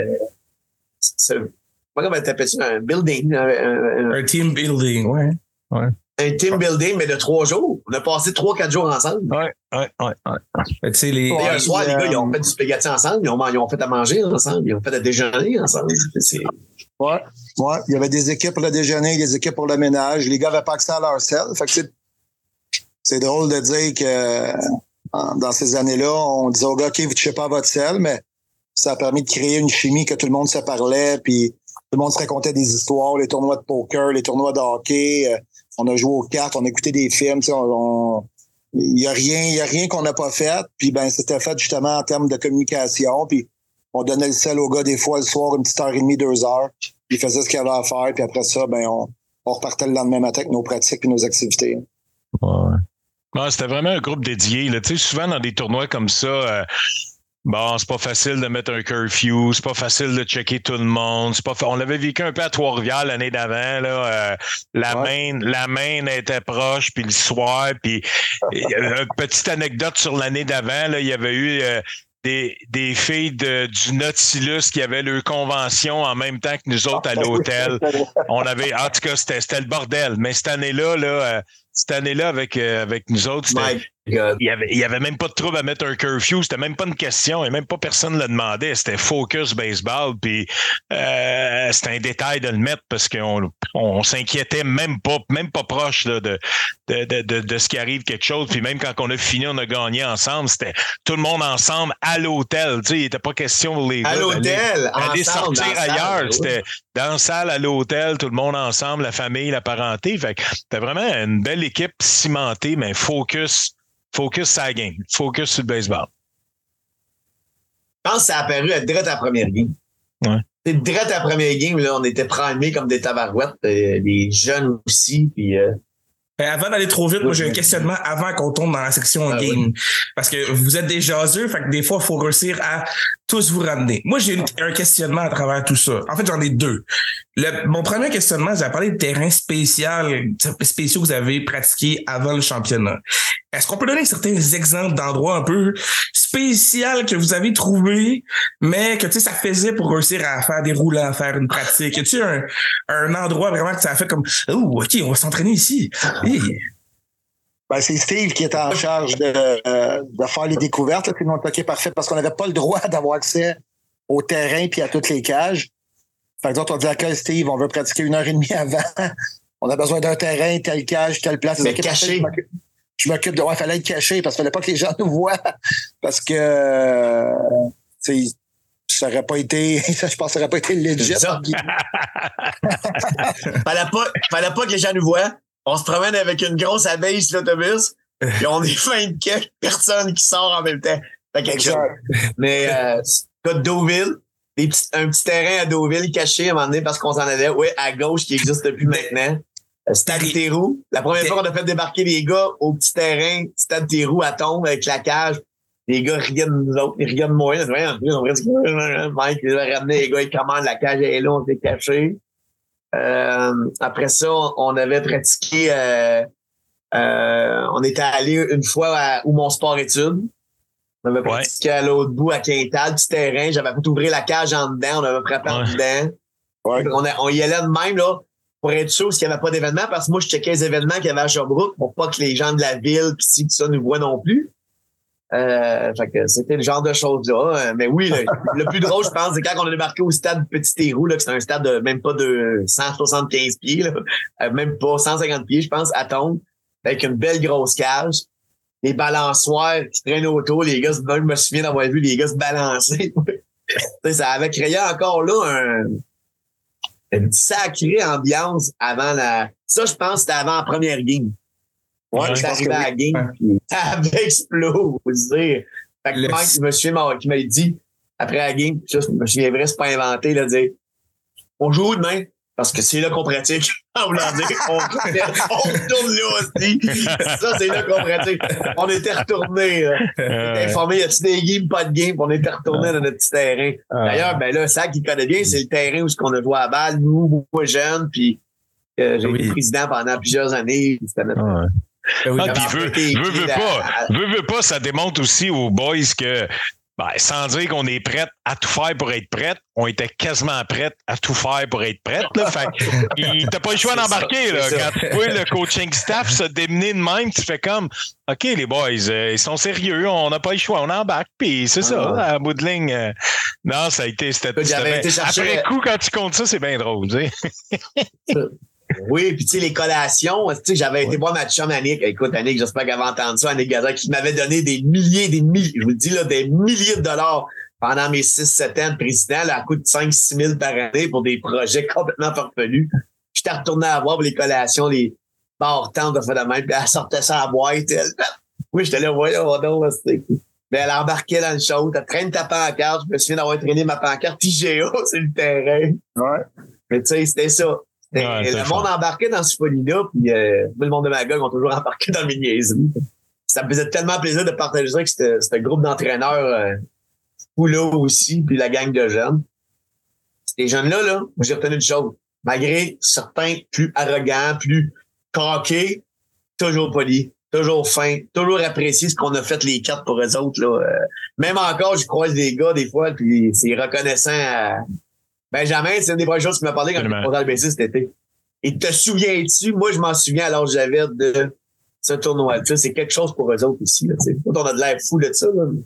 Moi, comment t'appelles ça? Un building. Un team building, ouais. Un team building, mais de 3 jours. On a passé 3-4 jours ensemble. Ouais. Tu sais, un soir, les gars, ils ont fait du spaghetti ensemble, ils ont fait à manger ensemble, ils ont fait à déjeuner ensemble. Ouais. Il y avait des équipes pour le déjeuner, des équipes pour le ménage. Les gars n'avaient pas accès à leur selle. Fait que c'est drôle de dire que dans ces années-là, on disait aux gars, OK, vous ne touchez pas à votre selle, mais ça a permis de créer une chimie que tout le monde se parlait, puis tout le monde se racontait des histoires, les tournois de poker, les tournois de hockey. On a joué aux cartes, on a écouté des films. Il y a rien qu'on n'a pas fait. Puis ben c'était fait justement en termes de communication. Puis on donnait le sel aux gars des fois le soir, une petite heure et demie, 2 heures. Puis ils faisaient ce qu'il y avait à faire. Puis après ça, ben on repartait le lendemain matin avec nos pratiques et nos activités. Ouais. Non, c'était vraiment un groupe dédié. Là. Tu sais, souvent dans des tournois comme ça, c'est pas facile de mettre un curfew, c'est pas facile de checker tout le monde. On l'avait vécu un peu à Trois-Rivières l'année d'avant. Là, la main était proche, puis le soir, puis une petite anecdote sur l'année d'avant, là, il y avait eu des filles du Nautilus qui avaient leur convention en même temps que nous autres à l'hôtel. On avait, en tout cas, c'était le bordel. Mais cette année-là, avec nous autres, il y avait même pas de trouble à mettre un curfew. C'était même pas une question. Et même pas personne ne le demandait. C'était focus baseball. Puis c'était un détail de le mettre parce qu'on s'inquiétait même pas proche là, de ce qui arrive quelque chose. Puis même quand on a fini, on a gagné ensemble. C'était tout le monde ensemble à l'hôtel. Tu sais, il n'était pas question pour les à gars l'hôtel, d'aller sortir ailleurs. Salle, c'était dans la salle, à l'hôtel, tout le monde ensemble, la famille, la parenté. Fait que c'était vraiment une belle équipe cimentée, mais focus sur la game. Focus sur le baseball. Je pense que ça a apparu à direct à la première game. Ouais. C'est direct à la première game, là, on était primés comme des tabarouettes, les jeunes aussi, puis... Avant d'aller trop vite, moi j'ai un questionnement avant qu'on tombe dans la section game. Oui. Parce que vous êtes des jaseux, fait que des fois, il faut réussir à tous vous ramener. Moi, j'ai un questionnement à travers tout ça. En fait, j'en ai 2. Mon premier questionnement, j'ai parlé de terrains spéciaux que vous avez pratiqués avant le championnat. Est-ce qu'on peut donner certains exemples d'endroits un peu spéciaux que vous avez trouvés, mais que, tu sais, ça faisait pour réussir à faire des roulants, à faire une pratique? Y a-tu un endroit vraiment que ça a fait comme, oh, OK, on va s'entraîner ici? Ben, c'est Steve qui est en charge de faire les découvertes. Là, puis nous, OK, parfait, parce qu'on n'avait pas le droit d'avoir accès au terrain puis à toutes les cages. Fait que d'autres, on dit, OK, Steve, on veut pratiquer 1h30 avant. On a besoin d'un terrain, telle cage, telle place. Mais caché. Je m'occupe de... Ouais, il fallait être caché parce qu'il fallait pas que les gens nous voient. Parce que... ça aurait pas été... Je pense que ça aurait pas été legit. Fallait pas que les gens nous voient. On se promène avec une grosse abeille sur l'autobus, et on est fin de quelques personnes qui sortent en même temps. Fait quelque chose. Mais, Deauville, un petit terrain à Deauville caché à un moment donné parce qu'on s'en allait, à gauche, qui existe depuis maintenant. Stade Théroux. La première fois qu'on a fait débarquer les gars au petit terrain, Stade Théroux à Tombe avec la cage, les gars riaient de nous autres, ils riaient de moi. Mike, il a ramené les gars, ils commandent, la cage est là, on s'est caché. Après ça, on avait pratiqué, on était allé une fois au Mon Sport Études. On avait pratiqué à l'autre bout, à Quintal, petit terrain. J'avais fait ouvrir la cage en dedans. On avait préparé en dedans. Ouais. On y allait de même, là, pour être sûr qu'il n'y avait pas d'événements, parce que moi, je checkais les événements qu'il y avait à Sherbrooke pour pas que les gens de la ville, pis ci, tout ça, nous voient non plus. Fait que c'était le genre de choses-là. Mais oui, le plus drôle, je pense, c'est quand on a débarqué au stade Petit-Héroux, là, que c'est un stade de même pas de 175 pieds, là, même pas 150 pieds, je pense, à Tombe, avec une belle grosse cage. Les balançoires qui traînent autour, les gars, je me souviens d'avoir vu les gars se balancer. Ça avait créé encore là une sacrée ambiance avant ça, je pense, c'était avant la première game. Ouais, j'étais arrivé à la game, puis ça avait explosé. Fait que Mike, je me souviens qui m'a dit, après la game, ça, je me souviens vrai, c'est pas inventé, là, de dire, on joue demain, parce que c'est là qu'on pratique. En voulant dire, on retourne là aussi. Ça, c'est là qu'on pratique. On était retournés, là. On était informés, y a-tu des games, pas de game, on était retournés dans notre petit terrain. D'ailleurs, ben là, ça qui connaît bien, c'est le terrain où on a joué à la balle, nous, moi, jeunes, puis j'ai été président pendant plusieurs années. C'était notre... puis veut pas, ça démontre aussi aux boys que, sans dire qu'on est prêt à tout faire pour être prêt, on était quasiment prêt à tout faire pour être prêt. Fait t'as pas le choix d'embarquer. Là. Quand tu vois le coaching staff se démener de même, tu fais comme, OK, les boys, ils sont sérieux, on n'a pas le choix, on embarque. Puis c'est ça, à bout de ligne. Non, ça a été... Après coup, quand tu comptes ça, c'est bien drôle. Tu sais. Oui, puis tu sais, les collations, tu sais, j'avais été voir ma chum Annick. Écoute, Annick, j'espère qu'elle va entendre ça, Annick Gazan, qui m'avait donné des milliers, je vous le dis là, des milliers de dollars pendant mes 6-7 ans de président, là, à coût de 5-6 000 par année pour des projets complètement farfelus. J'étais retourné à voir pour les collations, les bars tentes de faire de même, puis elle sortait ça à boîte. Oui, j'étais là, voyons, c'était cool. Mais elle embarquait dans le show, elle traîne ta pancarte, je me souviens d'avoir traîné ma pancarte IGA, c'est le terrain. Ouais. Mais tu sais, c'était ça. Le monde embarquait dans ce folie-là, puis le monde de ma gueule m'ont toujours embarqué dans mes niaiseries. Ça me faisait tellement plaisir de partager ça avec ce groupe d'entraîneurs fou-là aussi, puis la gang de jeunes. Ces jeunes-là, moi, j'ai retenu une chose. Malgré certains plus arrogants, plus coqués, toujours polis, toujours fins, toujours apprécier ce qu'on a fait les quatre pour eux autres. Là. Même encore, je croise des gars des fois, puis c'est reconnaissant à... Benjamin, c'est une des premières choses qui m'a parlé quand j'étais dans le BC cet été. Et te souviens-tu? Moi, je m'en souviens alors que j'avais de ce tournoi. C'est quelque chose pour eux autres aussi. Là, on a de l'air fou de ça.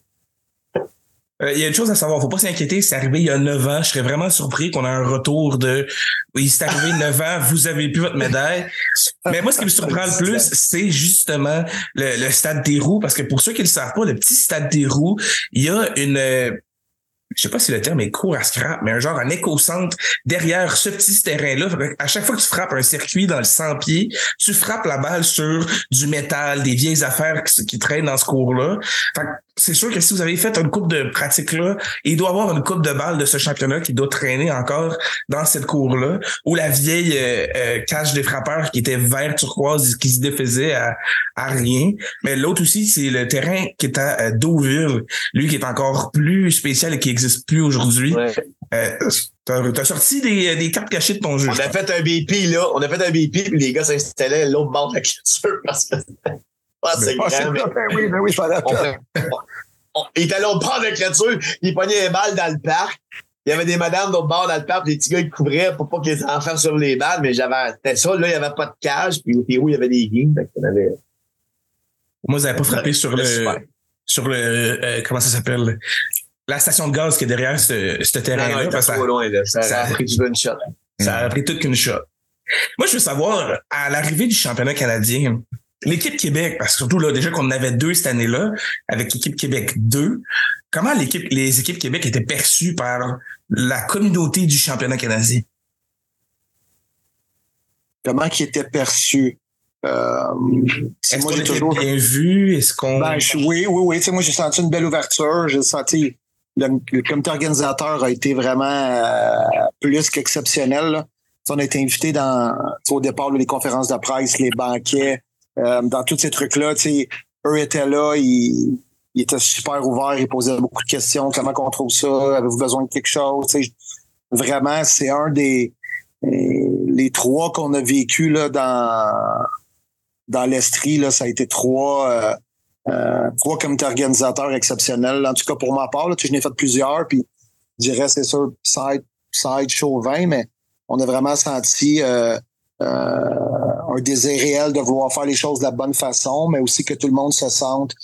Il y a une chose à savoir, faut pas s'inquiéter, c'est arrivé il y a 9 ans. Je serais vraiment surpris qu'on ait un retour de oui, c'est arrivé 9 ans, vous avez plus votre médaille. Mais moi, ce qui me surprend le plus, c'est justement le stade des Roues, parce que pour ceux qui ne le savent pas, le petit stade des Roues, il y a une... je sais pas si le terme est court à scrap, mais un éco-centre derrière ce petit terrain-là. À chaque fois que tu frappes un circuit dans le 100 pieds, tu frappes la balle sur du métal, des vieilles affaires qui traînent dans ce cours-là. Fait que c'est sûr que si vous avez fait une coupe de pratique-là, il doit y avoir une coupe de balles de ce championnat qui doit traîner encore dans cette cour-là, ou la vieille cage des frappeurs qui était vert turquoise qui se défaisait à rien. Mais l'autre aussi, c'est le terrain qui est à Deauville, lui qui est encore plus spécial et qui n'existe plus aujourd'hui. Ouais. T'as sorti des cartes cachées de ton jeu. On a fait un BP, là. On a fait un BP, puis les gars s'installaient à l'autre bord de la clôture parce que c'est grand. Oui, je parlais il était à l'autre bord de la clôture, il pognait les balles dans le parc. Il y avait des madames d'autre bord dans le parc, les petits gars, ils couvraient pour pas que les enfants sur les balles, mais c'était ça, là, il y avait pas de cage, puis au Pérou, il y avait des games. Moi, vous n'avez pas frappé sur le comment ça s'appelle? La station de gaz qui est derrière ce terrain-là. Non, trop loin, là. Ça a pris une shot. Ça a pris toute qu'une shot. Moi, je veux savoir, à l'arrivée du championnat canadien, l'équipe Québec, parce que surtout là, déjà qu'on en avait 2 cette année-là, avec l'équipe Québec 2, comment les équipes Québec étaient perçues par la communauté du championnat canadien? Comment ils étaient perçus? Est-ce qu'on était bien vu? Est-ce qu'on... oui. Moi, j'ai senti une belle ouverture. J'ai senti... Le comité organisateur a été vraiment plus qu'exceptionnel. Là. On a été invités au départ, les conférences de presse, les banquets, dans tous ces trucs-là. Eux étaient là, ils étaient super ouverts, ils posaient beaucoup de questions. Comment on trouve ça? Avez-vous besoin de quelque chose? Vraiment, c'est un des... les 3 qu'on a vécu là, dans l'Estrie, là, ça a été 3 Trois comités organisateurs exceptionnels. En tout cas, pour ma part, là, je n'ai fait plusieurs, puis je dirais, c'est sûr, side Chauvin, mais on a vraiment senti un désir réel de vouloir faire les choses de la bonne façon, mais aussi que tout le monde se sente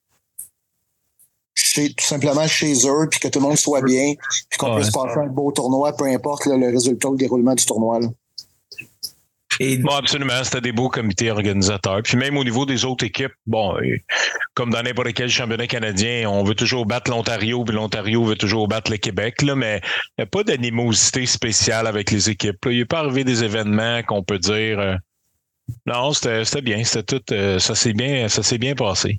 tout simplement chez eux, puis que tout le monde soit bien, puis qu'on puisse passer un beau tournoi, peu importe là, le résultat ou le déroulement du tournoi. Là. Bon, absolument, c'était des beaux comités organisateurs. Puis même au niveau des autres équipes, bon, comme dans n'importe quel championnat canadien, on veut toujours battre l'Ontario, puis l'Ontario veut toujours battre le Québec, là, mais il n'y a pas d'animosité spéciale avec les équipes. Là. Il n'est pas arrivé des événements qu'on peut dire non, c'était bien, c'était tout ça s'est bien passé.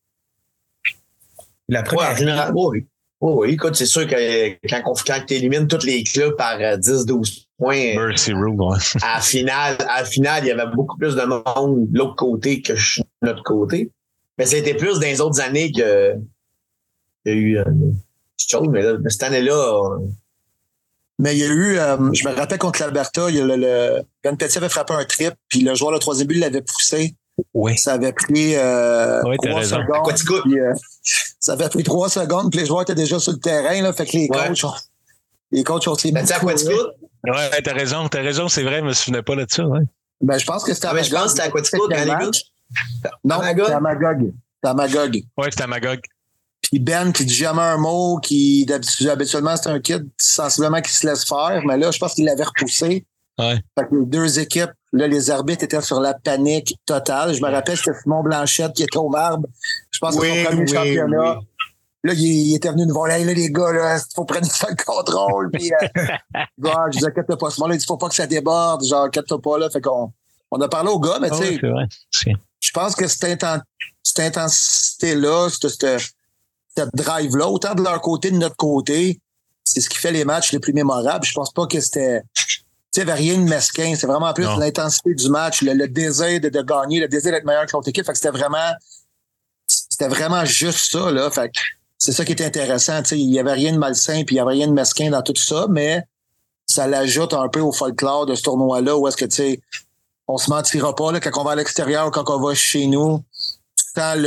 La première génération, oui, écoute, c'est sûr que quand tu élimines tous les clubs par 10-12 points, Mercy Rule, ouais. à la finale, il y avait beaucoup plus de monde de l'autre côté que de notre côté. Mais c'était plus dans les autres années qu'il y a eu chose, mais là, cette année-là. Mais il y a eu, je me rappelle contre l'Alberta, il y a Ben Petit avait frappé un trip, puis le joueur de troisième but l'avait poussé. Oui. Ça avait pris 3 secondes. Puis, ça avait pris 3 secondes, puis les joueurs étaient déjà sur le terrain, là, fait que les coachs ont aussi mis. Ouais, t'as raison, c'est vrai, je me souvenais pas de ça, ouais. Ben, je pense que c'était je pense que c'était à Quaticook, hein, les gars? Non, c'était à Magog. Ouais, c'était à Magog. Puis Ben qui dit jamais un mot, qui habituellement c'est un kid sensiblement qui se laisse faire, mais là, je pense qu'il l'avait repoussé. Ouais. Fait que les deux équipes, là, les arbitres étaient sur la panique totale. Je me rappelle, c'était Simon Blanchette qui était au marbre. Je pense que son premier championnat. Oui. Là, il était venu nous voir. Là, les gars, là, il faut prendre ça le contrôle. Puis, je disais, inquiète-toi pas. Ce moment-là, il dit, faut pas que ça déborde. Genre, inquiète-toi pas, là. Fait qu'on a parlé aux gars, mais tu sais, je pense que cette intensité-là, cette drive-là, autant de leur côté, de notre côté, c'est ce qui fait les matchs les plus mémorables. Je pense pas que c'était. Tu sais, il n'y avait rien de mesquin. C'est vraiment plus l'intensité du match, le désir de gagner, le désir d'être meilleur que l'autre équipe. Fait que c'était vraiment juste ça, là. Fait que c'est ça qui est intéressant. Tu sais, il n'y avait rien de malsain puis il n'y avait rien de mesquin dans tout ça, mais ça l'ajoute un peu au folklore de ce tournoi-là où est-ce que, tu sais, on se mentira pas, là, quand on va à l'extérieur ou quand on va chez nous. Quand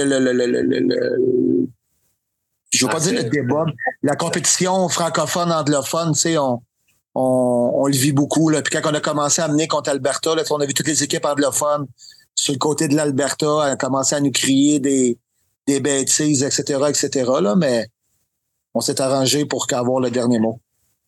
je veux pas dire le débat, la compétition francophone, anglophone, tu sais, on le vit beaucoup. Là. Puis quand on a commencé à mener contre Alberta, là, on a vu toutes les équipes anglophones sur le côté de l'Alberta, on a commencé à nous crier des bêtises, etc., là, mais on s'est arrangé pour avoir le dernier mot.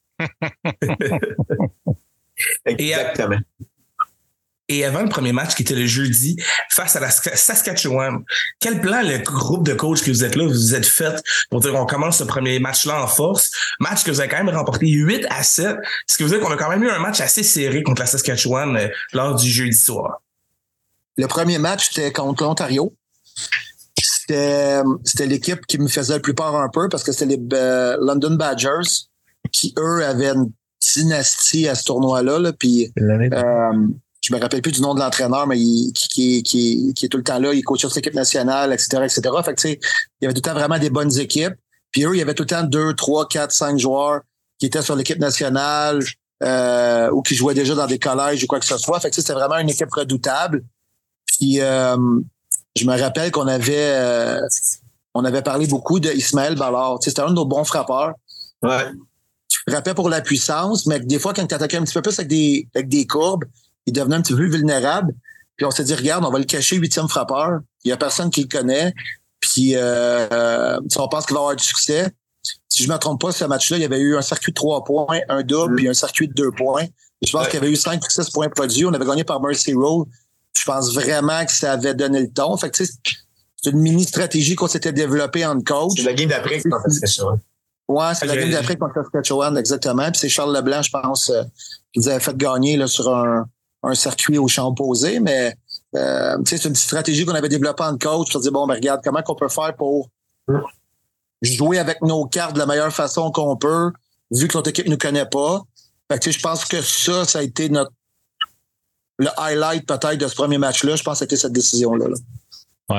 Exactement. Et avant le premier match, qui était le jeudi, face à la Saskatchewan, quel plan le groupe de coachs que vous êtes là, vous êtes fait pour dire on commence ce premier match-là en force? Match que vous avez quand même remporté 8-7. Ce qui veut dire qu'on a quand même eu un match assez serré contre la Saskatchewan lors du jeudi soir. Le premier match, c'était contre l'Ontario. C'était l'équipe qui me faisait le plus peur un peu parce que c'était les London Badgers qui, eux, avaient une dynastie à ce tournoi-là. Là, puis je me rappelle plus du nom de l'entraîneur, mais qui est tout le temps là, il coach sur l'équipe nationale, etc. Fait que, tu sais, il y avait tout le temps vraiment des bonnes équipes. Puis eux, il y avait tout le temps 2, 3, 4, 5 joueurs qui étaient sur l'équipe nationale ou qui jouaient déjà dans des collèges ou quoi que ce soit. Fait que, tu sais, c'était vraiment une équipe redoutable. Puis je me rappelle qu'on avait parlé beaucoup d'Ismaël Ballard. Tu sais, c'était un de nos bons frappeurs. Ouais. Je frappais pour la puissance, mais des fois, quand tu attaquais un petit peu plus avec des courbes, il devenait un petit peu plus vulnérable. Puis on s'est dit, regarde, on va le cacher 8e frappeur. Il y a personne qui le connaît. Puis on pense qu'il va avoir du succès. Si je ne me trompe pas, ce match-là, il y avait eu un circuit de 3 points, un double, puis un circuit de 2 points. Et je pense qu'il y avait eu 5 ou 6 points produits. On avait gagné par Mercy Rule. Je pense vraiment que ça avait donné le ton. Fait que, tu sais, c'est une mini-stratégie qu'on s'était développée en coach. C'est la game d'après contre Saskatchewan. Ouais, c'est la game d'après contre Saskatchewan, exactement. Puis c'est Charles Leblanc, je pense, qui nous avait fait gagner là, sur un circuit au champ opposé. Mais tu sais, c'est une petite stratégie qu'on avait développée en coach pour dire, bon, ben regarde, comment qu'on peut faire pour jouer avec nos cartes de la meilleure façon qu'on peut, vu que l'autre équipe ne nous connaît pas. Fait que, tu sais, je pense que ça a été le highlight peut-être de ce premier match-là. Je pense que c'était cette décision-là. Là. Ouais.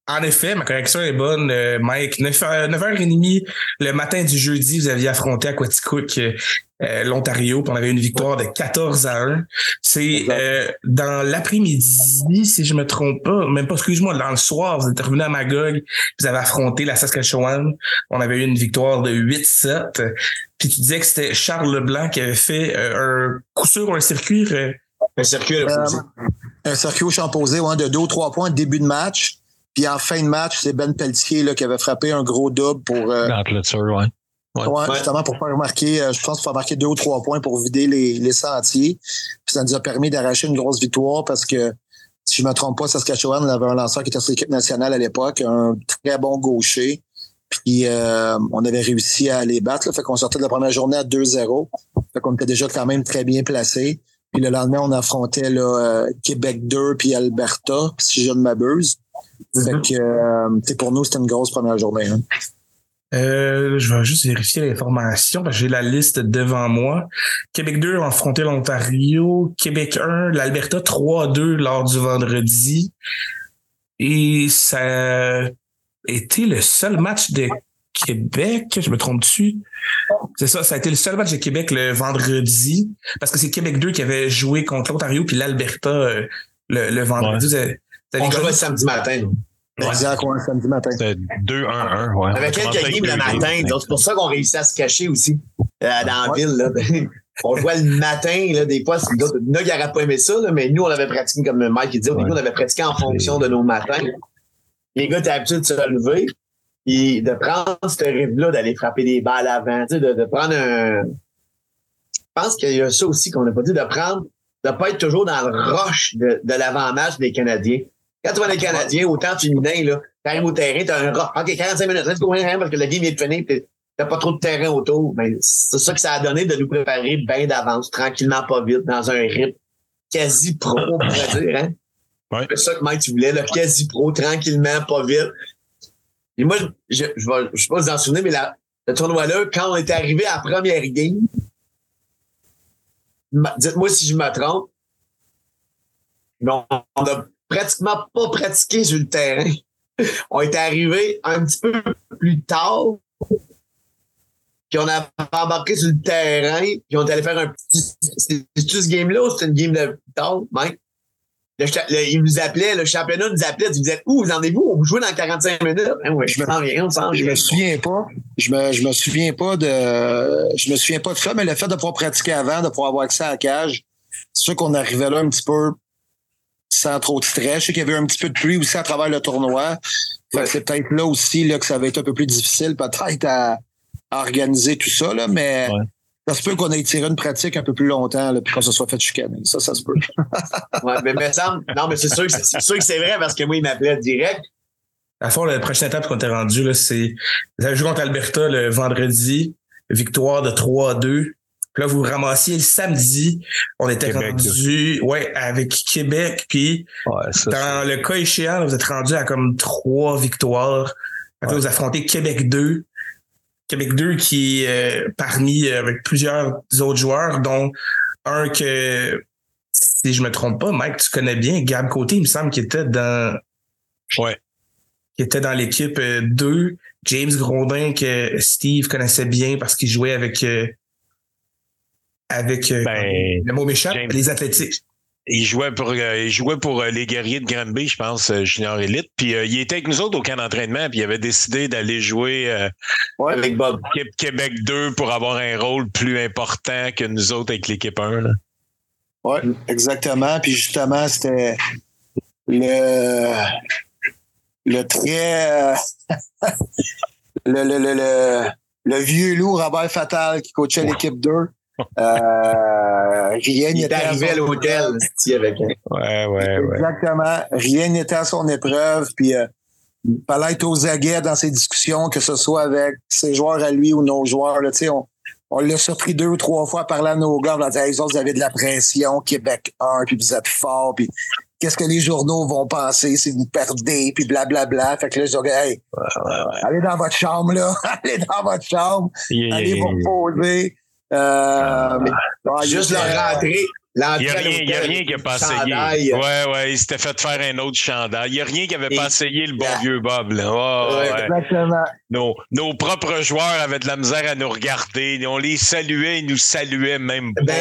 En effet, ma correction est bonne, Mike. 9h30 le matin du jeudi, vous aviez affronté à Quaticook l'Ontario, puis on avait une victoire de 14-1. C'est dans l'après-midi, si je me trompe pas, même pas, excuse-moi, dans le soir, vous êtes revenu à Magog, vous avez affronté la Saskatchewan. On avait eu une victoire de 8-7. Puis tu disais que c'était Charles Leblanc qui avait fait un coup sûr, un circuit. Un circuit, un circuit au Champ-Posé, de 2 ou 3 points début de match. Puis en fin de match, c'est Ben Pelletier là, qui avait frappé un gros double pour. Dans le Ouais, justement pour faire marquer, je pense faire marquer 2 ou 3 points pour vider les sentiers. Puis ça nous a permis d'arracher une grosse victoire parce que, si je me trompe pas, Saskatchewan avait un lanceur qui était sur l'équipe nationale à l'époque, un très bon gaucher. Puis on avait réussi à les battre. Là, fait qu'on sortait de la première journée à 2-0. Fait qu'on était déjà quand même très bien placés. Puis le lendemain, on affrontait là, Québec 2 puis Alberta, si je ne m'abuse. Fait que pour nous, c'était une grosse première journée. Hein. Je vais juste vérifier l'information parce que j'ai la liste devant moi. Québec 2 a affronté l'Ontario. Québec 1, l'Alberta 3-2 lors du vendredi. Et ça a été le seul match de Québec. Je me trompe dessus. C'est ça a été le seul match de Québec le vendredi. Parce que c'est Québec 2 qui avait joué contre l'Ontario puis l'Alberta le vendredi. Ouais. On jouait samedi matin. Exact, samedi matin. C'était 2-1-1, ouais. Avec quelques games le matin. Donc, c'est pour ça qu'on réussit à se cacher aussi dans la ville. Là. On jouait le matin, là, des fois, il y en a qui n'auraient pas aimé ça, là, mais nous, on avait pratiqué, comme Mike dit, nous, on avait pratiqué en fonction de nos matins. Les gars étaient habitués de se lever et de prendre ce rythme-là, d'aller frapper des balles avant, de prendre un... Je pense qu'il y a ça aussi qu'on n'a pas dit, de pas être toujours dans le rush de l'avant-match des Canadiens. Quand tu vois les Canadiens, autant féminin, là, t'arrives au terrain, t'as un rush. OK, 45 minutes, let's go, parce que la game vient de finir, t'as pas trop de terrain autour. Mais c'est ça que ça a donné de nous préparer bien d'avance, tranquillement, pas vite, dans un rythme quasi pro, on pourrait dire, hein. Ouais. C'est ça que Mike, tu voulais, là, quasi pro, tranquillement, pas vite. Et moi, je sais pas si vous en souvenez, mais le tournoi-là, quand on était arrivé à la première game, dites-moi si je me trompe, on a pratiquement pas pratiqué sur le terrain. On était arrivé un petit peu plus tard, puis on a embarqué sur le terrain, puis on est allé faire un petit... C'est-tu ce game-là ou c'était une game de plus tard, Mike? Il nous appelait, le championnat nous appelait, il disait, où vous en êtes-vous? On vous jouez dans 45 minutes? Oui, je me souviens pas. Je me souviens pas de ça, mais le fait de pouvoir pratiquer avant, de pouvoir avoir accès à la cage, c'est sûr qu'on arrivait là un petit peu sans trop de stress. Je sais qu'il y avait un petit peu de pluie aussi à travers le tournoi. Fait que c'est peut-être là aussi là, que ça va être un peu plus difficile peut-être à organiser tout ça, là, mais ça se peut qu'on ait tiré une pratique un peu plus longtemps là, puis qu'on se soit fait chicaner. Ça se peut. Ouais, mais semble. Non, mais c'est sûr que c'est vrai parce que moi, il m'appelait direct. À fond, la prochaine étape qu'on était rendu, là, c'est vous avez joué contre Alberta le vendredi, victoire de 3-2. Puis là, vous ramassiez le samedi. On était rendu avec Québec. Puis dans le cas échéant, là, vous êtes rendu à comme 3 victoires. Après, vous affrontez Québec 2. Québec 2 qui est parmi avec plusieurs autres joueurs, dont un que, si je me trompe pas, Mike, tu connais bien, Gab Côté, il me semble qu'il était dans qui était dans l'équipe 2. James Grondin, que Steve connaissait bien parce qu'il jouait avec le mot méchant, les Athlétiques. Il jouait pour les Guerriers de Granby, je pense, Junior Elite. Puis il était avec nous autres au camp d'entraînement, puis il avait décidé d'aller jouer avec Bob. Québec 2 pour avoir un rôle plus important que nous autres avec l'équipe 1. Oui, exactement. Puis justement, c'était le très le vieux loup Robert Fatal qui coachait l'équipe 2. Rien n'était arrivé à l'hôtel avec exactement, rien n'était à son épreuve, puis il fallait être aux aguets dans ses discussions, que ce soit avec ses joueurs à lui ou nos joueurs là, on l'a surpris 2 ou 3 fois parlant à nos gars, on a dit hey, vous avez de la pression, Québec 1, puis vous êtes forts, puis qu'est-ce que les journaux vont penser si vous perdez, puis blablabla. Fait que là, je dis, hey, allez dans votre chambre, là. Allez dans votre chambre. Allez vous reposer. Juste Il n'y a rien qui n'a pas essayé. Ouais, il s'était fait faire un autre chandail. Il n'y a rien qui n'avait pas essayé le bon vieux Bob. Là. Oh, ouais. Exactement. Nos propres joueurs avaient de la misère à nous regarder. On les saluait, ils nous saluaient même pas.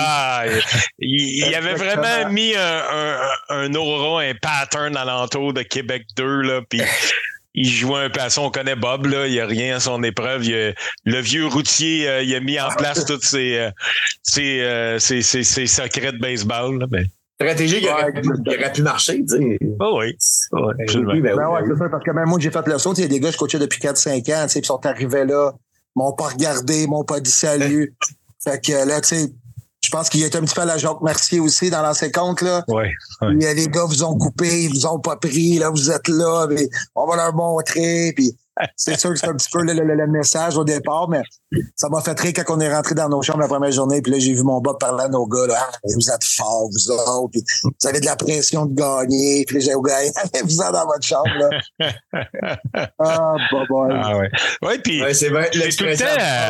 Il avait vraiment mis un aura, un pattern alentour de Québec 2. Là, puis il jouait un peu à ça. On connaît Bob, là. Il n'y a rien à son épreuve. Le vieux routier, il a mis en place tous ses secrets de baseball. Là, mais... Stratégie qui aurait pu marcher, tu sais. Oh oui. Absolument. C'est ça, parce que même moi, j'ai fait le saut. Il y a des gars que je coachais depuis 4-5 ans, ils sont arrivés là, m'ont pas regardé, m'ont pas dit salut. Fait que là, tu sais, je pense qu'il était un petit peu à la Jacques Mercier aussi dans l'ancien compte, là. Oui. Les gars vous ont coupé, ils vous ont pas pris, là, vous êtes là, mais on va leur montrer, puis c'est sûr que c'est un petit peu le message au départ, mais ça m'a fait rire quand on est rentré dans nos chambres la première journée, puis là, j'ai vu mon Bob parler à nos gars, là, vous êtes forts, vous autres, puis vous avez de la pression de gagner, puis là, j'ai au gars, vous êtes dans votre chambre, là. Ouais, puis c'est vrai, l'expression.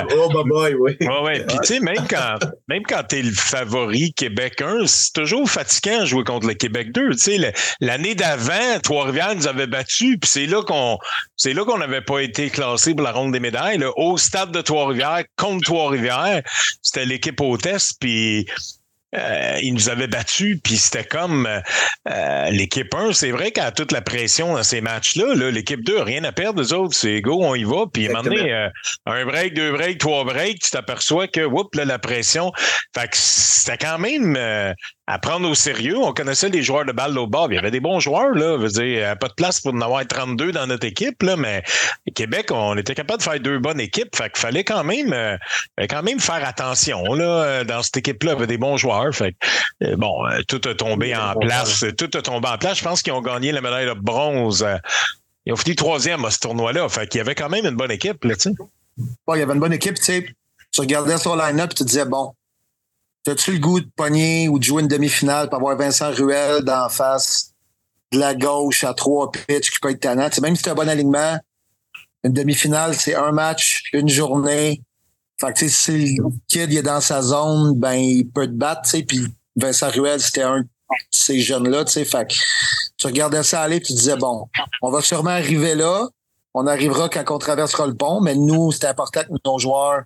Oui. Ouais, puis tu sais, même quand t'es le favori Québec 1, c'est toujours fatigant de jouer contre le Québec 2. Tu sais, l'année d'avant, Trois-Rivières nous avait battus, puis c'est là qu'on n'avait pas été classé pour la ronde des médailles. Là. Au stade de Trois-Rivières, contre Trois-Rivières, c'était l'équipe hôtesse, puis ils nous avaient battus, puis c'était comme l'équipe 1, c'est vrai qu'elle a toute la pression dans ces matchs-là, là, l'équipe 2 n'a rien à perdre, eux autres, c'est go, on y va, puis à un moment donné, un break, 2 breaks, 3 breaks, tu t'aperçois que, là, la pression, fait que c'était quand même à prendre au sérieux. On connaissait les joueurs de balle de l'autre bord. Il y avait des bons joueurs, là. Veut dire, pas de place pour en avoir 32 dans notre équipe, là, mais Québec, on était capable de faire 2 bonnes équipes. Fait qu'il fallait quand même faire attention, là. Dans cette équipe-là, il y avait des bons joueurs. Fait que, tout a tombé en place. Tout a tombé en place. Je pense qu'ils ont gagné la médaille de bronze. Ils ont fini 3e à ce tournoi-là. Fait qu'il y avait quand même une bonne équipe, là, tu sais. Il y avait une bonne équipe, tu sais. Tu regardais son line-up et tu te disais, bon, t'as-tu le goût de pogner ou de jouer une demi-finale pour avoir Vincent Ruel d'en face de la gauche à 3 pitches qui peut être tannant? Tu sais, même si tu as un bon alignement, une demi-finale, c'est un match, une journée. Fait que, tu sais, si le kid il est dans sa zone, ben, il peut te battre, tu sais. Puis Vincent Ruel, c'était un de ces jeunes-là, tu sais. Fait que tu regardais ça aller et tu disais, bon, on va sûrement arriver là. On arrivera quand on traversera le pont, mais nous, c'était important que nos joueurs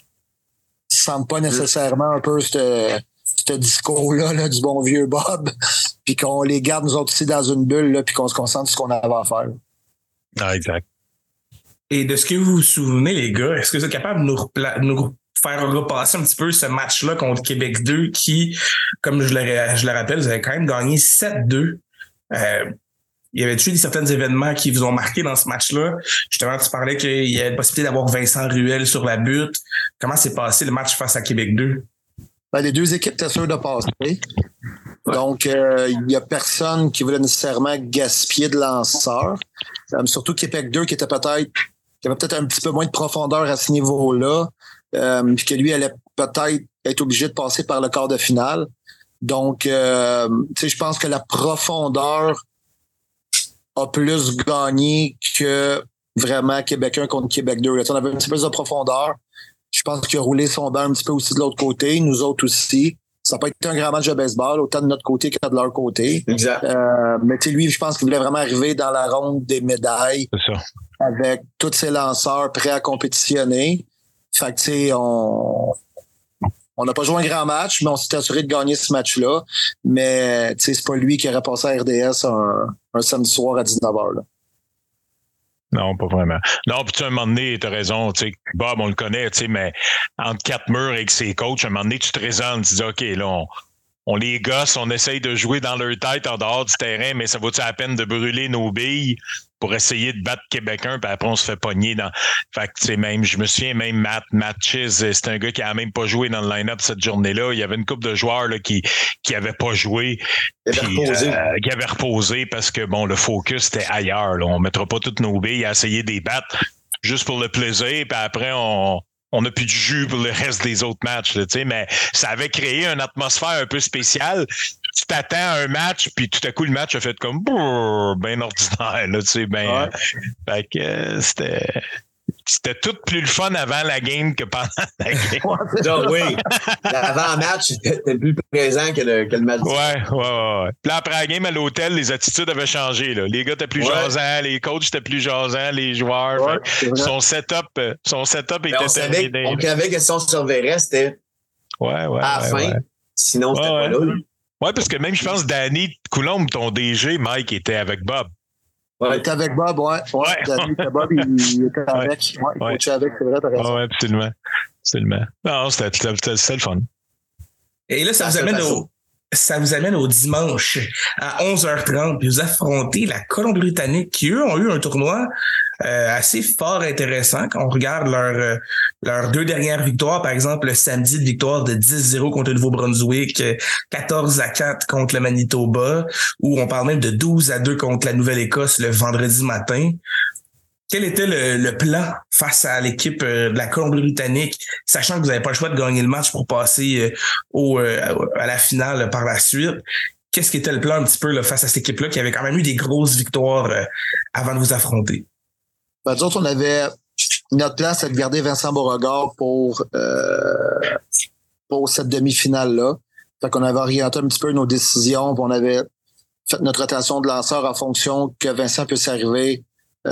ne sentent pas nécessairement un peu ce discours-là là, du bon vieux Bob, puis qu'on les garde nous autres aussi dans une bulle, là, puis qu'on se concentre sur ce qu'on avait à faire. Ah, exact. Et de ce que vous vous souvenez, les gars, est-ce que vous êtes capable de nous faire repasser un petit peu ce match-là contre Québec 2 qui, comme je le rappelle, vous avez quand même gagné 7-2. Il y avait-tu certains événements qui vous ont marqué dans ce match-là? Justement, tu parlais qu'il y avait la possibilité d'avoir Vincent Ruel sur la butte. Comment s'est passé le match face à Québec 2? Ben, les deux équipes étaient sûres de passer. Ouais. Donc, il n'y a personne qui voulait nécessairement gaspiller de lanceurs. Surtout Québec 2 qui avait peut-être un petit peu moins de profondeur à ce niveau-là. Puis que lui allait peut-être être obligé de passer par le quart de finale. Donc, tu sais, je pense que la profondeur a plus gagné que vraiment Québec 1 contre Québec 2. Là, on avait un petit peu de profondeur. Je pense qu'il a roulé son banc un petit peu aussi de l'autre côté. Nous autres aussi. Ça n'a pas été un grand match de baseball, autant de notre côté que de leur côté. Exact. Mais tu sais, lui, je pense qu'il voulait vraiment arriver dans la ronde des médailles. C'est ça. Avec tous ses lanceurs prêts à compétitionner. Fait que tu sais, on n'a pas joué un grand match, mais on s'est assuré de gagner ce match-là. Mais tu sais, c'est pas lui qui aurait passé à RDS un samedi soir à 19h. Là. Non, pas vraiment. Non, puis tu sais, à un moment donné, t'as raison, tu sais, Bob, on le connaît, tu sais, mais entre 4 murs avec ses coachs, à un moment donné, tu te raisonnes, tu dis, OK, là, on les gosse, on essaye de jouer dans leur tête en dehors du terrain, mais ça vaut-tu la peine de brûler nos billes pour essayer de battre Québec 1, puis après, on se fait pogner dans... Fait que, tu sais, même, je me souviens, même Matt Chiz, c'est un gars qui a même pas joué dans le line-up cette journée-là. Il y avait une couple de joueurs là, qui avaient pas joué. Qui avaient reposé parce que, bon, le focus était ailleurs. Là. On mettra pas toutes nos billes à essayer de les battre juste pour le plaisir, puis après, on n'a plus de jus pour le reste des autres matchs. Là, mais ça avait créé une atmosphère un peu spéciale. Tu t'attends à un match, puis tout à coup, le match a fait comme bien ordinaire. Là, fait que c'était... c'était tout plus le fun avant la game que pendant la game. Oui. L'avant-match était plus présent que le match. Ouais. Puis là, après la game à l'hôtel, les attitudes avaient changé. Là. Les gars étaient plus jasants, les coachs étaient plus jasants, les joueurs. Son setup était terminé. On savait que si on se reverrait, c'était à la fin. Sinon, c'était pas là. Oui, parce que même, je pense, Danny Coulombe, ton DG, Mike, était avec Bob. Il était avec Bob, Danny était Bob, il était avec. Il coachait avec, c'est vrai, t'as raison. Oui, absolument. Non, c'était le fun. Et là, ça vous amène au dimanche à 11h30, puis vous affrontez la Colombie-Britannique qui, eux, ont eu un tournoi assez fort intéressant. Quand on regarde leurs 2 dernières victoires, par exemple, le samedi, de victoire de 10-0 contre le Nouveau-Brunswick, 14-4 contre le Manitoba, ou on parle même de 12-2 contre la Nouvelle-Écosse le vendredi matin. Quel était le plan face à l'équipe de la Colombie-Britannique, sachant que vous n'avez pas le choix de gagner le match pour passer à la finale par la suite? Qu'est-ce qui était le plan un petit peu là, face à cette équipe-là qui avait quand même eu des grosses victoires avant de vous affronter? Nous autres, on avait notre plan, c'est de garder Vincent Beauregard pour cette demi-finale-là. Fait qu'on avait orienté un petit peu nos décisions, puis on avait fait notre rotation de lanceurs en fonction que Vincent puisse arriver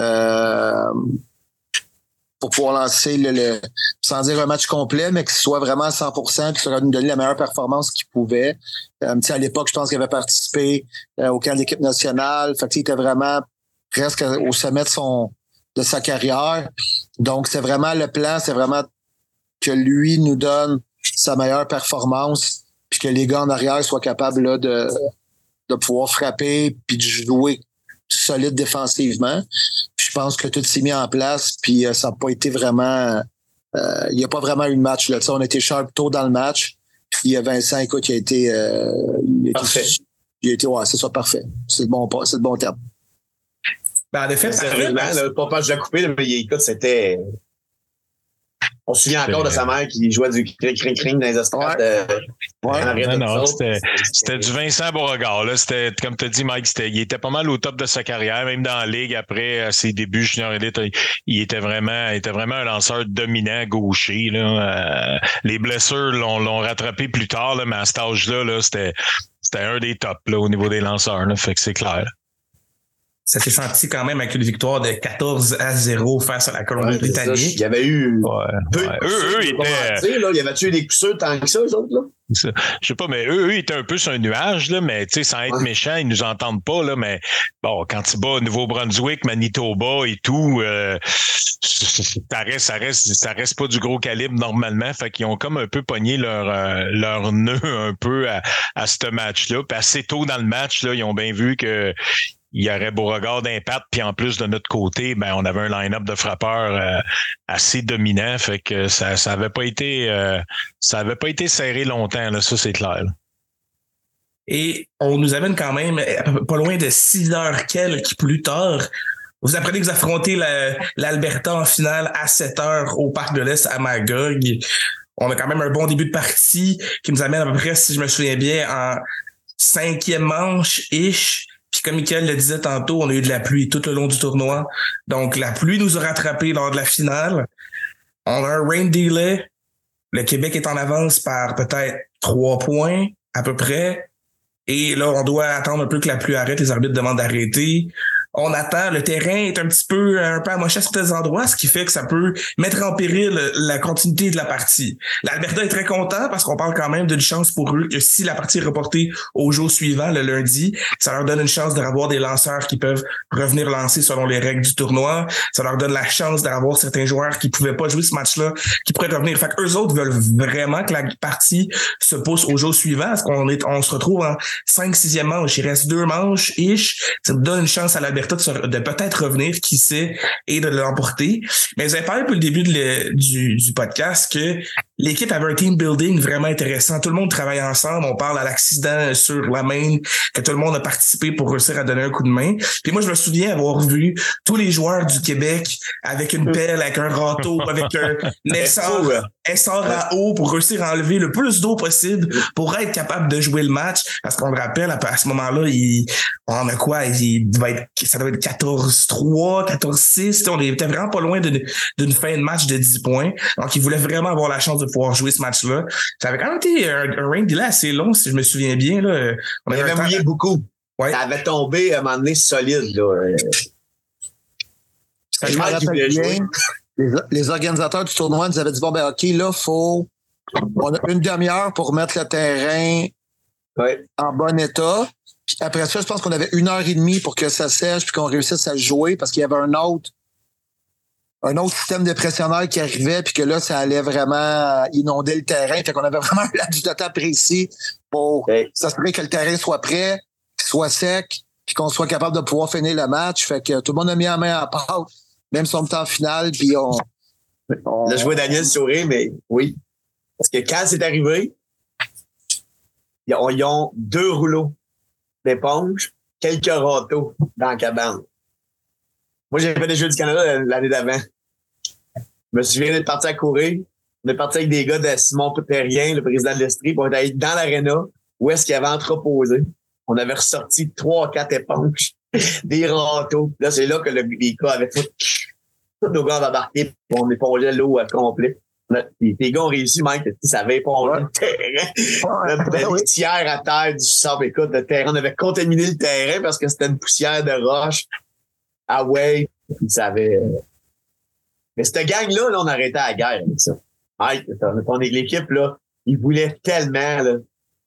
pour pouvoir lancer sans dire un match complet, mais qu'il soit vraiment à 100%, qu'il soit nous donner la meilleure performance qu'il pouvait. À l'époque, je pense qu'il avait participé au camp de l'équipe nationale. Fait qu'il était vraiment presque au sommet de sa carrière. Donc, c'est vraiment le plan, c'est vraiment que lui nous donne sa meilleure performance, puis que les gars en arrière soient capables là, de pouvoir frapper puis de jouer solide défensivement. Puis je pense que tout s'est mis en place, puis ça n'a pas été vraiment... il n'y a pas vraiment eu de match. Là. On a été sharp tôt dans le match, puis Vincent, écoute, il a été... parfait. C'est ça, parfait. C'est le bon terme. Ben, en effet, sérieusement, pas je l'ai coupé, mais écoute, c'était... On se souvient encore de sa mère qui jouait du cring-cring dans les estrades. C'était du Vincent Beauregard. Là. C'était, comme tu as dit, Mike, il était pas mal au top de sa carrière, même dans la ligue. Après ses débuts junior élite, il était vraiment un lanceur dominant gaucher. Là. Les blessures l'ont rattrapé plus tard, là, mais à cet âge-là, c'était un des tops là, au niveau des lanceurs. Là. Fait que c'est clair. Ça s'est senti quand même avec une victoire de 14-0 face à la Colombie-Britannique. Il y avait eu... Eux étaient... Il y avait-tu des coups sûrs tant que ça, eux autres, là? Je sais pas, mais eux étaient un peu sur un nuage, là, mais tu sais, sans être méchants, ils nous entendent pas, là, mais bon, quand tu bats Nouveau-Brunswick, Manitoba et tout, ça reste pas du gros calibre normalement, fait qu'ils ont comme un peu pogné leur nœud un peu à ce match-là. Puis assez tôt dans le match, là, ils ont bien vu que il y aurait Beauregard d'impact, puis en plus de notre côté, ben on avait un line-up de frappeurs assez dominant, fait que ça avait pas été serré longtemps, là, ça c'est clair. Là. Et on nous amène quand même pas loin de 6 heures quelques plus tard. Vous apprenez que vous affrontez l'Alberta en finale à 7 heures au Parc de l'Est à Magog. On a quand même un bon début de partie qui nous amène à peu près, si je me souviens bien, en 5e manche-ish. Puis comme Michael le disait tantôt, on a eu de la pluie tout le long du tournoi. Donc, la pluie nous a rattrapés lors de la finale. On a un rain delay. Le Québec est en avance par peut-être 3 points à peu près. Et là, on doit attendre un peu que la pluie arrête. Les arbitres demandent d'arrêter. On attend. Le terrain est un peu amoché à certains endroits, ce qui fait que ça peut mettre en péril la continuité de la partie. L'Alberta est très content parce qu'on parle quand même d'une chance pour eux que si la partie est reportée au jour suivant, le lundi, ça leur donne une chance d'avoir des lanceurs qui peuvent revenir lancer selon les règles du tournoi. Ça leur donne la chance d'avoir certains joueurs qui pouvaient pas jouer ce match-là, qui pourraient revenir. Fait qu'eux autres veulent vraiment que la partie se pousse au jour suivant parce on se retrouve en 5-6e manche. Il reste 2 manches-ish. Ça nous donne une chance à l'Alberta de peut-être revenir, qui sait, et de l'emporter. Mais vous avez parlé depuis le début du podcast que l'équipe avait un team building vraiment intéressant. Tout le monde travaille ensemble. On parle à l'accident sur la main, que tout le monde a participé pour réussir à donner un coup de main. Puis moi, je me souviens avoir vu tous les joueurs du Québec avec une pelle, avec un râteau, avec un essor à eau pour réussir à enlever le plus d'eau possible pour être capable de jouer le match. Parce qu'on le rappelle, à ce moment-là, ça devait être 14-3, 14-6. On était vraiment pas loin d'une fin de match de 10 points. Donc, ils voulaient vraiment avoir la chance de pouvoir jouer ce match-là. Ça avait quand même été un rain delay assez long, si je me souviens bien. Là. On avait mouillé beaucoup. Ouais. Ça avait tombé à un moment donné solide. Là. Je me rappelle bien, les organisateurs du tournoi nous avaient dit, bon, ben OK, là, on a une demi-heure pour mettre le terrain en bon état. Puis après ça, je pense qu'on avait 1h30 pour que ça sèche puis qu'on réussisse à jouer parce qu'il y avait un autre système de pressionnaire qui arrivait puis que là, ça allait vraiment inonder le terrain. Fait qu'on avait vraiment un laps de temps précis pour s'assurer que le terrain soit prêt, qu'il soit sec puis qu'on soit capable de pouvoir finir le match. Fait que tout le monde a mis la main à la pâte, même si on était en finale, puis on Là, je vois Daniel sourire, mais oui. Parce que quand c'est arrivé, ils ont 2 rouleaux d'éponge, quelques râteaux dans la cabane. Moi, j'ai fait des Jeux du Canada l'année d'avant. Je me souviens d'être parti à courir. On est parti avec des gars de Simon Terrien, le président de l'Estrie, puis on est allé dans l'aréna où est-ce qu'il y avait entreposé. On avait ressorti 3-4 éponges, des râteaux. Là, c'est là que les gars avaient fait. Tous nos gars avaient embarqué, puis on épongeait l'eau à complet. Les gars ont réussi, Mike, ça avait épongé le terrain. Des tiers à terre, du sable. Écoute, le terrain, on avait contaminé le terrain parce que c'était une poussière de roche. Ah ouais, ça avait... Mais cette gang-là, on arrêtait la guerre avec ça. Mike, l'équipe, là, ils voulaient tellement, là.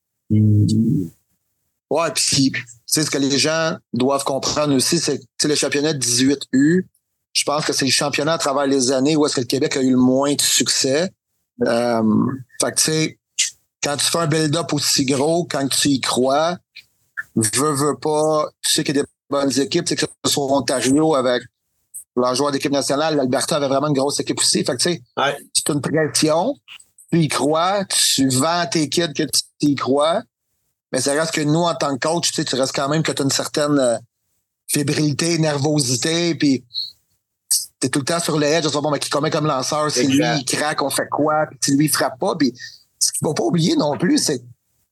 Ouais, puis ce que les gens doivent comprendre aussi, c'est que le championnat de 18U, je pense que c'est le championnat à travers les années où est-ce que le Québec a eu le moins de succès. Fait que tu sais, quand tu fais un build-up aussi gros, quand tu y crois, veux pas, tu sais qu'il y a des bonnes équipes, tu sais que ce soit Ontario avec leurs joueurs d'équipe nationale, l'Alberta avait vraiment une grosse équipe aussi. Fait que tu sais, c'est une pression, tu y crois, tu vends tes kids que tu y crois, mais ça reste que nous, en tant que coach, tu restes quand même que tu as une certaine fébrilité, nervosité, puis t'es tout le temps sur le edge, bon, mais qui commet comme lanceur, si lui, il craque, on fait quoi, puis si lui, il frappe pas, puis ce qu'il faut pas oublier non plus, c'est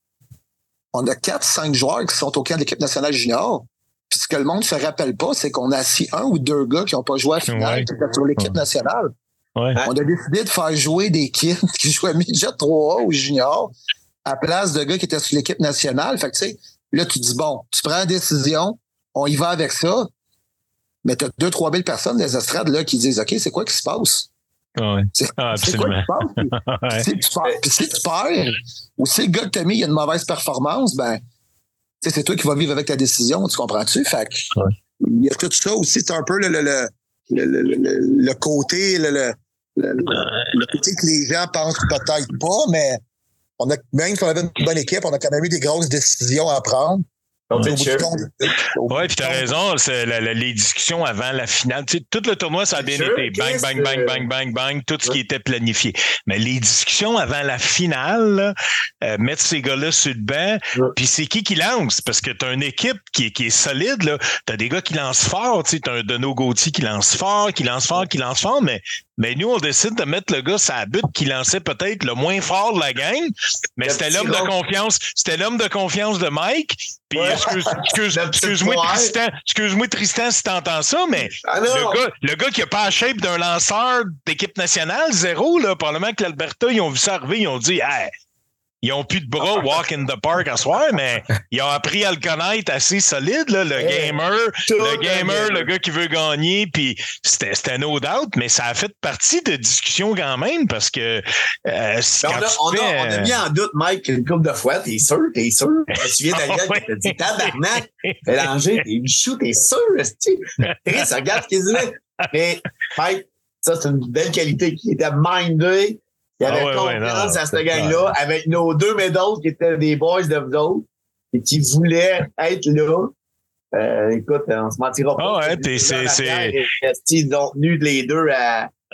on a 4-5 joueurs qui sont au camp de l'équipe nationale junior, puis ce que le monde se rappelle pas, c'est qu'on a assis 1 ou 2 gars qui ont pas joué à la finale, qui étaient sur l'équipe nationale. Ouais. On a décidé de faire jouer des kids qui jouaient midget 3A ou junior à place de gars qui étaient sur l'équipe nationale. Fait que tu sais, là, tu dis, bon, tu prends la décision, on y va avec ça, mais tu as 2-3 belles personnes des estrades là, qui disent, OK, c'est quoi qui se passe? Ouais. C'est quoi qui se passe? Puis si tu perds, ou si le gars que t'as mis, il a une mauvaise performance, ben, c'est toi qui vas vivre avec ta décision, tu comprends-tu? Fait que, il y a tout ça aussi, c'est un peu le côté, le côté que les gens pensent peut-être pas, mais même si on avait une bonne équipe, on a quand même eu des grosses décisions à prendre. Oui, puis t'as raison, c'est les discussions avant la finale. Tu sais, tout le tournoi, ça a bien été. Bang, bang, bang, bang, bang, bang, tout ce qui était planifié. Mais les discussions avant la finale, mettre ces gars-là sur le banc, puis c'est qui lance? Parce que t'as une équipe qui est solide, là. T'as des gars qui lancent fort, tu sais, t'as un Deneau Gauthier qui lance fort, mais nous, on décide de mettre le gars sur la butte qui lançait peut-être le moins fort de la gang, mais c'était l'homme de confiance de Mike. Puis excuse-moi Tristan si t'entends ça, mais le gars qui a pas la shape d'un lanceur d'équipe nationale, 0, là, probablement que l'Alberta, ils ont vu ça arriver, ils ont dit hey, ils ont plus de bras walk in the park à soir, mais ils ont appris à le connaître assez solide, là, le gars qui veut gagner, puis c'était no doubt, mais ça a fait partie de discussions quand même, parce que on a mis en doute Mike une couple de fois, t'es sûr? Je me souviens Daniel qui t'a dit tabarnak, Bélanger, t'es bichou, t'es sûr? Chris, regarde ce qu'il disait. Mais Mike, ça c'est une belle qualité qui était mindé. Il y avait confiance à cette gang-là, avec nos 2 médailles qui étaient des boys de vous autres, et qui voulaient être là. Écoute, on se mentira pas. Ils ont tenu les deux à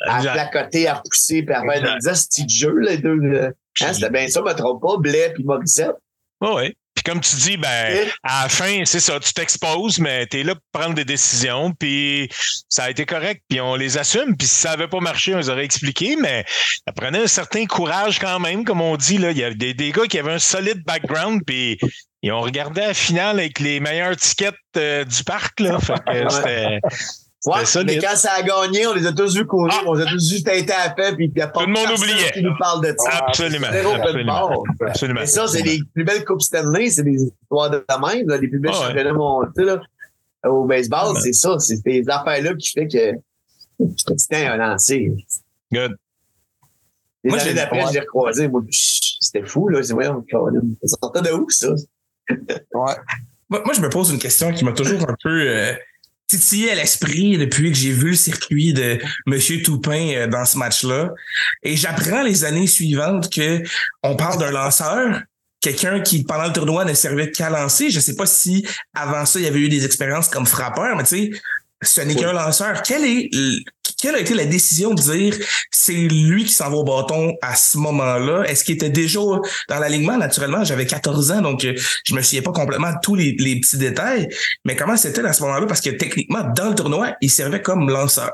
à placoter, à pousser, puis à faire des astis de jeu, les deux. C'était bien ça, je me trompe pas, Blais puis Morissette. Oui. Puis comme tu dis, à la fin, c'est ça, tu t'exposes, mais tu es là pour prendre des décisions, puis ça a été correct, puis on les assume, puis si ça n'avait pas marché, on les aurait expliqué, mais ça prenait un certain courage quand même, comme on dit, là. Il y avait des gars qui avaient un solide background, puis ils ont regardé la finale avec les meilleurs tickets du parc, là. Fait que c'était... Ouais, mais quand ça a gagné, on les a tous vus courir, on les a tous vus têter à la paix, puis il y a pas tout le monde oubliait. Qui nous parle de ça. Absolument. Absolument. Et ça, c'est les plus belles Coupes Stanley, c'est des histoires de même, là, les plus belles championnats montés, là. Au baseball, c'est ça, c'est ces affaires-là qui fait que c'était un lancer. Good. Les années d'après, je l'ai recroisé, moi, c'était fou, là. C'est ouais, ça sortait de où, ça? Ouais. Moi, je me pose une question qui m'a toujours un peu titillé à l'esprit depuis que j'ai vu le circuit de M. Toupin dans ce match-là. Et j'apprends les années suivantes que on parle d'un lanceur, quelqu'un qui, pendant le tournoi, ne servait qu'à lancer. Je sais pas si, avant ça, il y avait eu des expériences comme frappeur, mais tu sais, ce n'est qu'un lanceur. Quelle a été la décision de dire c'est lui qui s'en va au bâton à ce moment-là? Est-ce qu'il était déjà dans l'alignement? Naturellement, j'avais 14 ans, donc je me souviens pas complètement de tous les petits détails. Mais comment c'était à ce moment-là? Parce que techniquement, dans le tournoi, il servait comme lanceur.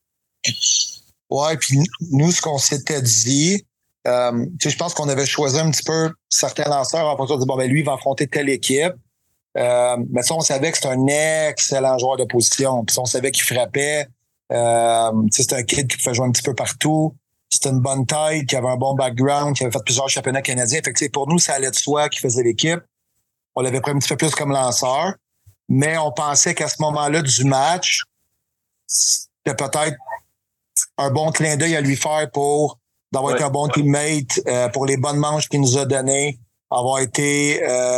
Ouais, puis nous, ce qu'on s'était dit, je pense qu'on avait choisi un petit peu certains lanceurs en fonction de bon, ben lui, il va affronter telle équipe. Mais ça, on savait que c'était un excellent joueur de position. Puis on savait qu'il frappait. C'était un kid qui pouvait jouer un petit peu partout. C'était une bonne taille, qui avait un bon background, qui avait fait plusieurs championnats canadiens. Fait que pour nous, ça allait de soi qui faisait l'équipe. On l'avait pris un petit peu plus comme lanceur. Mais on pensait qu'à ce moment-là du match, c'était peut-être un bon clin d'œil à lui faire pour d'avoir été un bon teammate, pour les bonnes manches qu'il nous a données, avoir été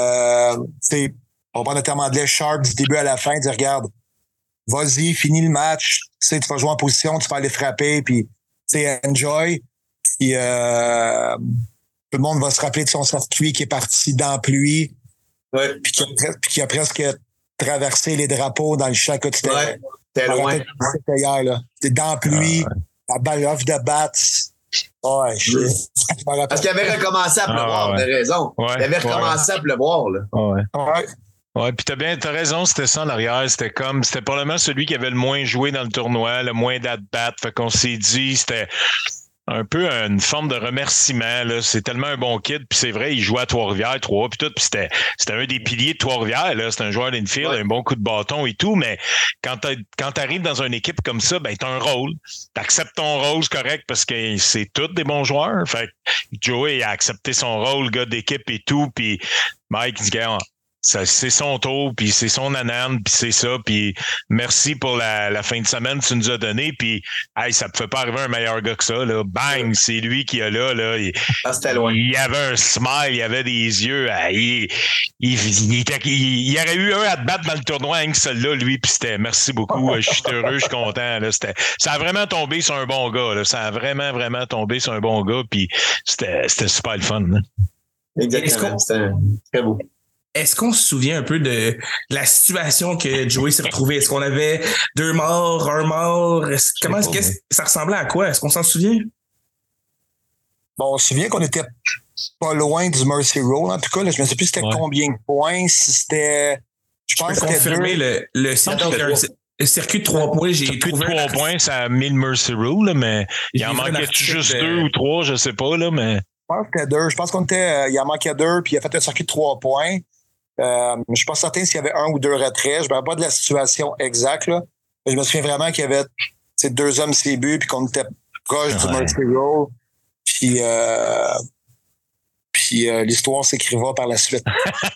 on va prendre le terme anglais sharp du début à la fin, dire regarde, vas-y, finis le match, tu vas jouer en position, tu vas aller frapper, puis enjoy. Puis tout le monde va se rappeler de son circuit qui est parti dans la pluie, puis qui a presque traversé les drapeaux dans le champ que tu t'es loin. C'était hier, là. C'était dans la pluie, la balle off de bat. Ouais, parce qu'il avait recommencé à pleuvoir, t'as raison. Il avait recommencé à pleuvoir, là. Ouais, puis t'as raison, c'était ça en arrière. C'était probablement celui qui avait le moins joué dans le tournoi, le moins d'at-bat. Fait qu'on s'est dit, c'était un peu une forme de remerciement, là. C'est tellement un bon kid, puis c'est vrai, il jouait à Trois-Rivières, puis tout, puis c'était un des piliers de Trois-Rivières, là. C'était un joueur d'infield, un bon coup de bâton et tout, mais quand t'arrives dans une équipe comme ça, ben t'as un rôle. T'acceptes ton rôle, c'est correct, parce que c'est tous des bons joueurs. Fait que Joey a accepté son rôle, gars d'équipe et tout, puis Mike dit, c'est son tour, puis c'est son anane, puis c'est ça, puis merci pour la fin de semaine que tu nous as donné, puis ça ne pouvait pas arriver un meilleur gars que ça, là. Bang, c'est lui qui est là. C'était loin. Il avait un smile, il avait des yeux, il aurait eu un à te battre dans le tournoi, rien que celui-là, lui, puis c'était merci beaucoup, je suis heureux, je suis content, là. Ça a vraiment tombé sur un bon gars, là. Ça a vraiment, vraiment tombé sur un bon gars, puis c'était super le fun, là. Exactement, c'était très beau. Est-ce qu'on se souvient un peu de la situation que Joey s'est retrouvé? Est-ce qu'on avait 2 morts, 1 mort? Ça ressemblait à quoi? Est-ce qu'on s'en souvient? Bon, on se souvient qu'on était pas loin du Mercy Roll. En tout cas, là, je ne sais plus c'était combien de points. Si c'était... Je pense que c'était 2. Le circuit de 3 points, j'ai trouvé... Le 3 points, ça a mis le Mercy Rule, mais il en manquait juste 2 ou 3, je sais pas, là, mais... Je pense que c'était 2. Je pense qu'on était... il en manquait 2, puis il a fait un circuit de 3 points. Je suis pas certain s'il y avait 1 ou 2 retraits. Je me rappelle pas de la situation exacte, là. Mais je me souviens vraiment qu'il y avait 2 hommes sur les buts, puis qu'on était proche du Mercy Roll. Puis l'histoire s'écriva par la suite.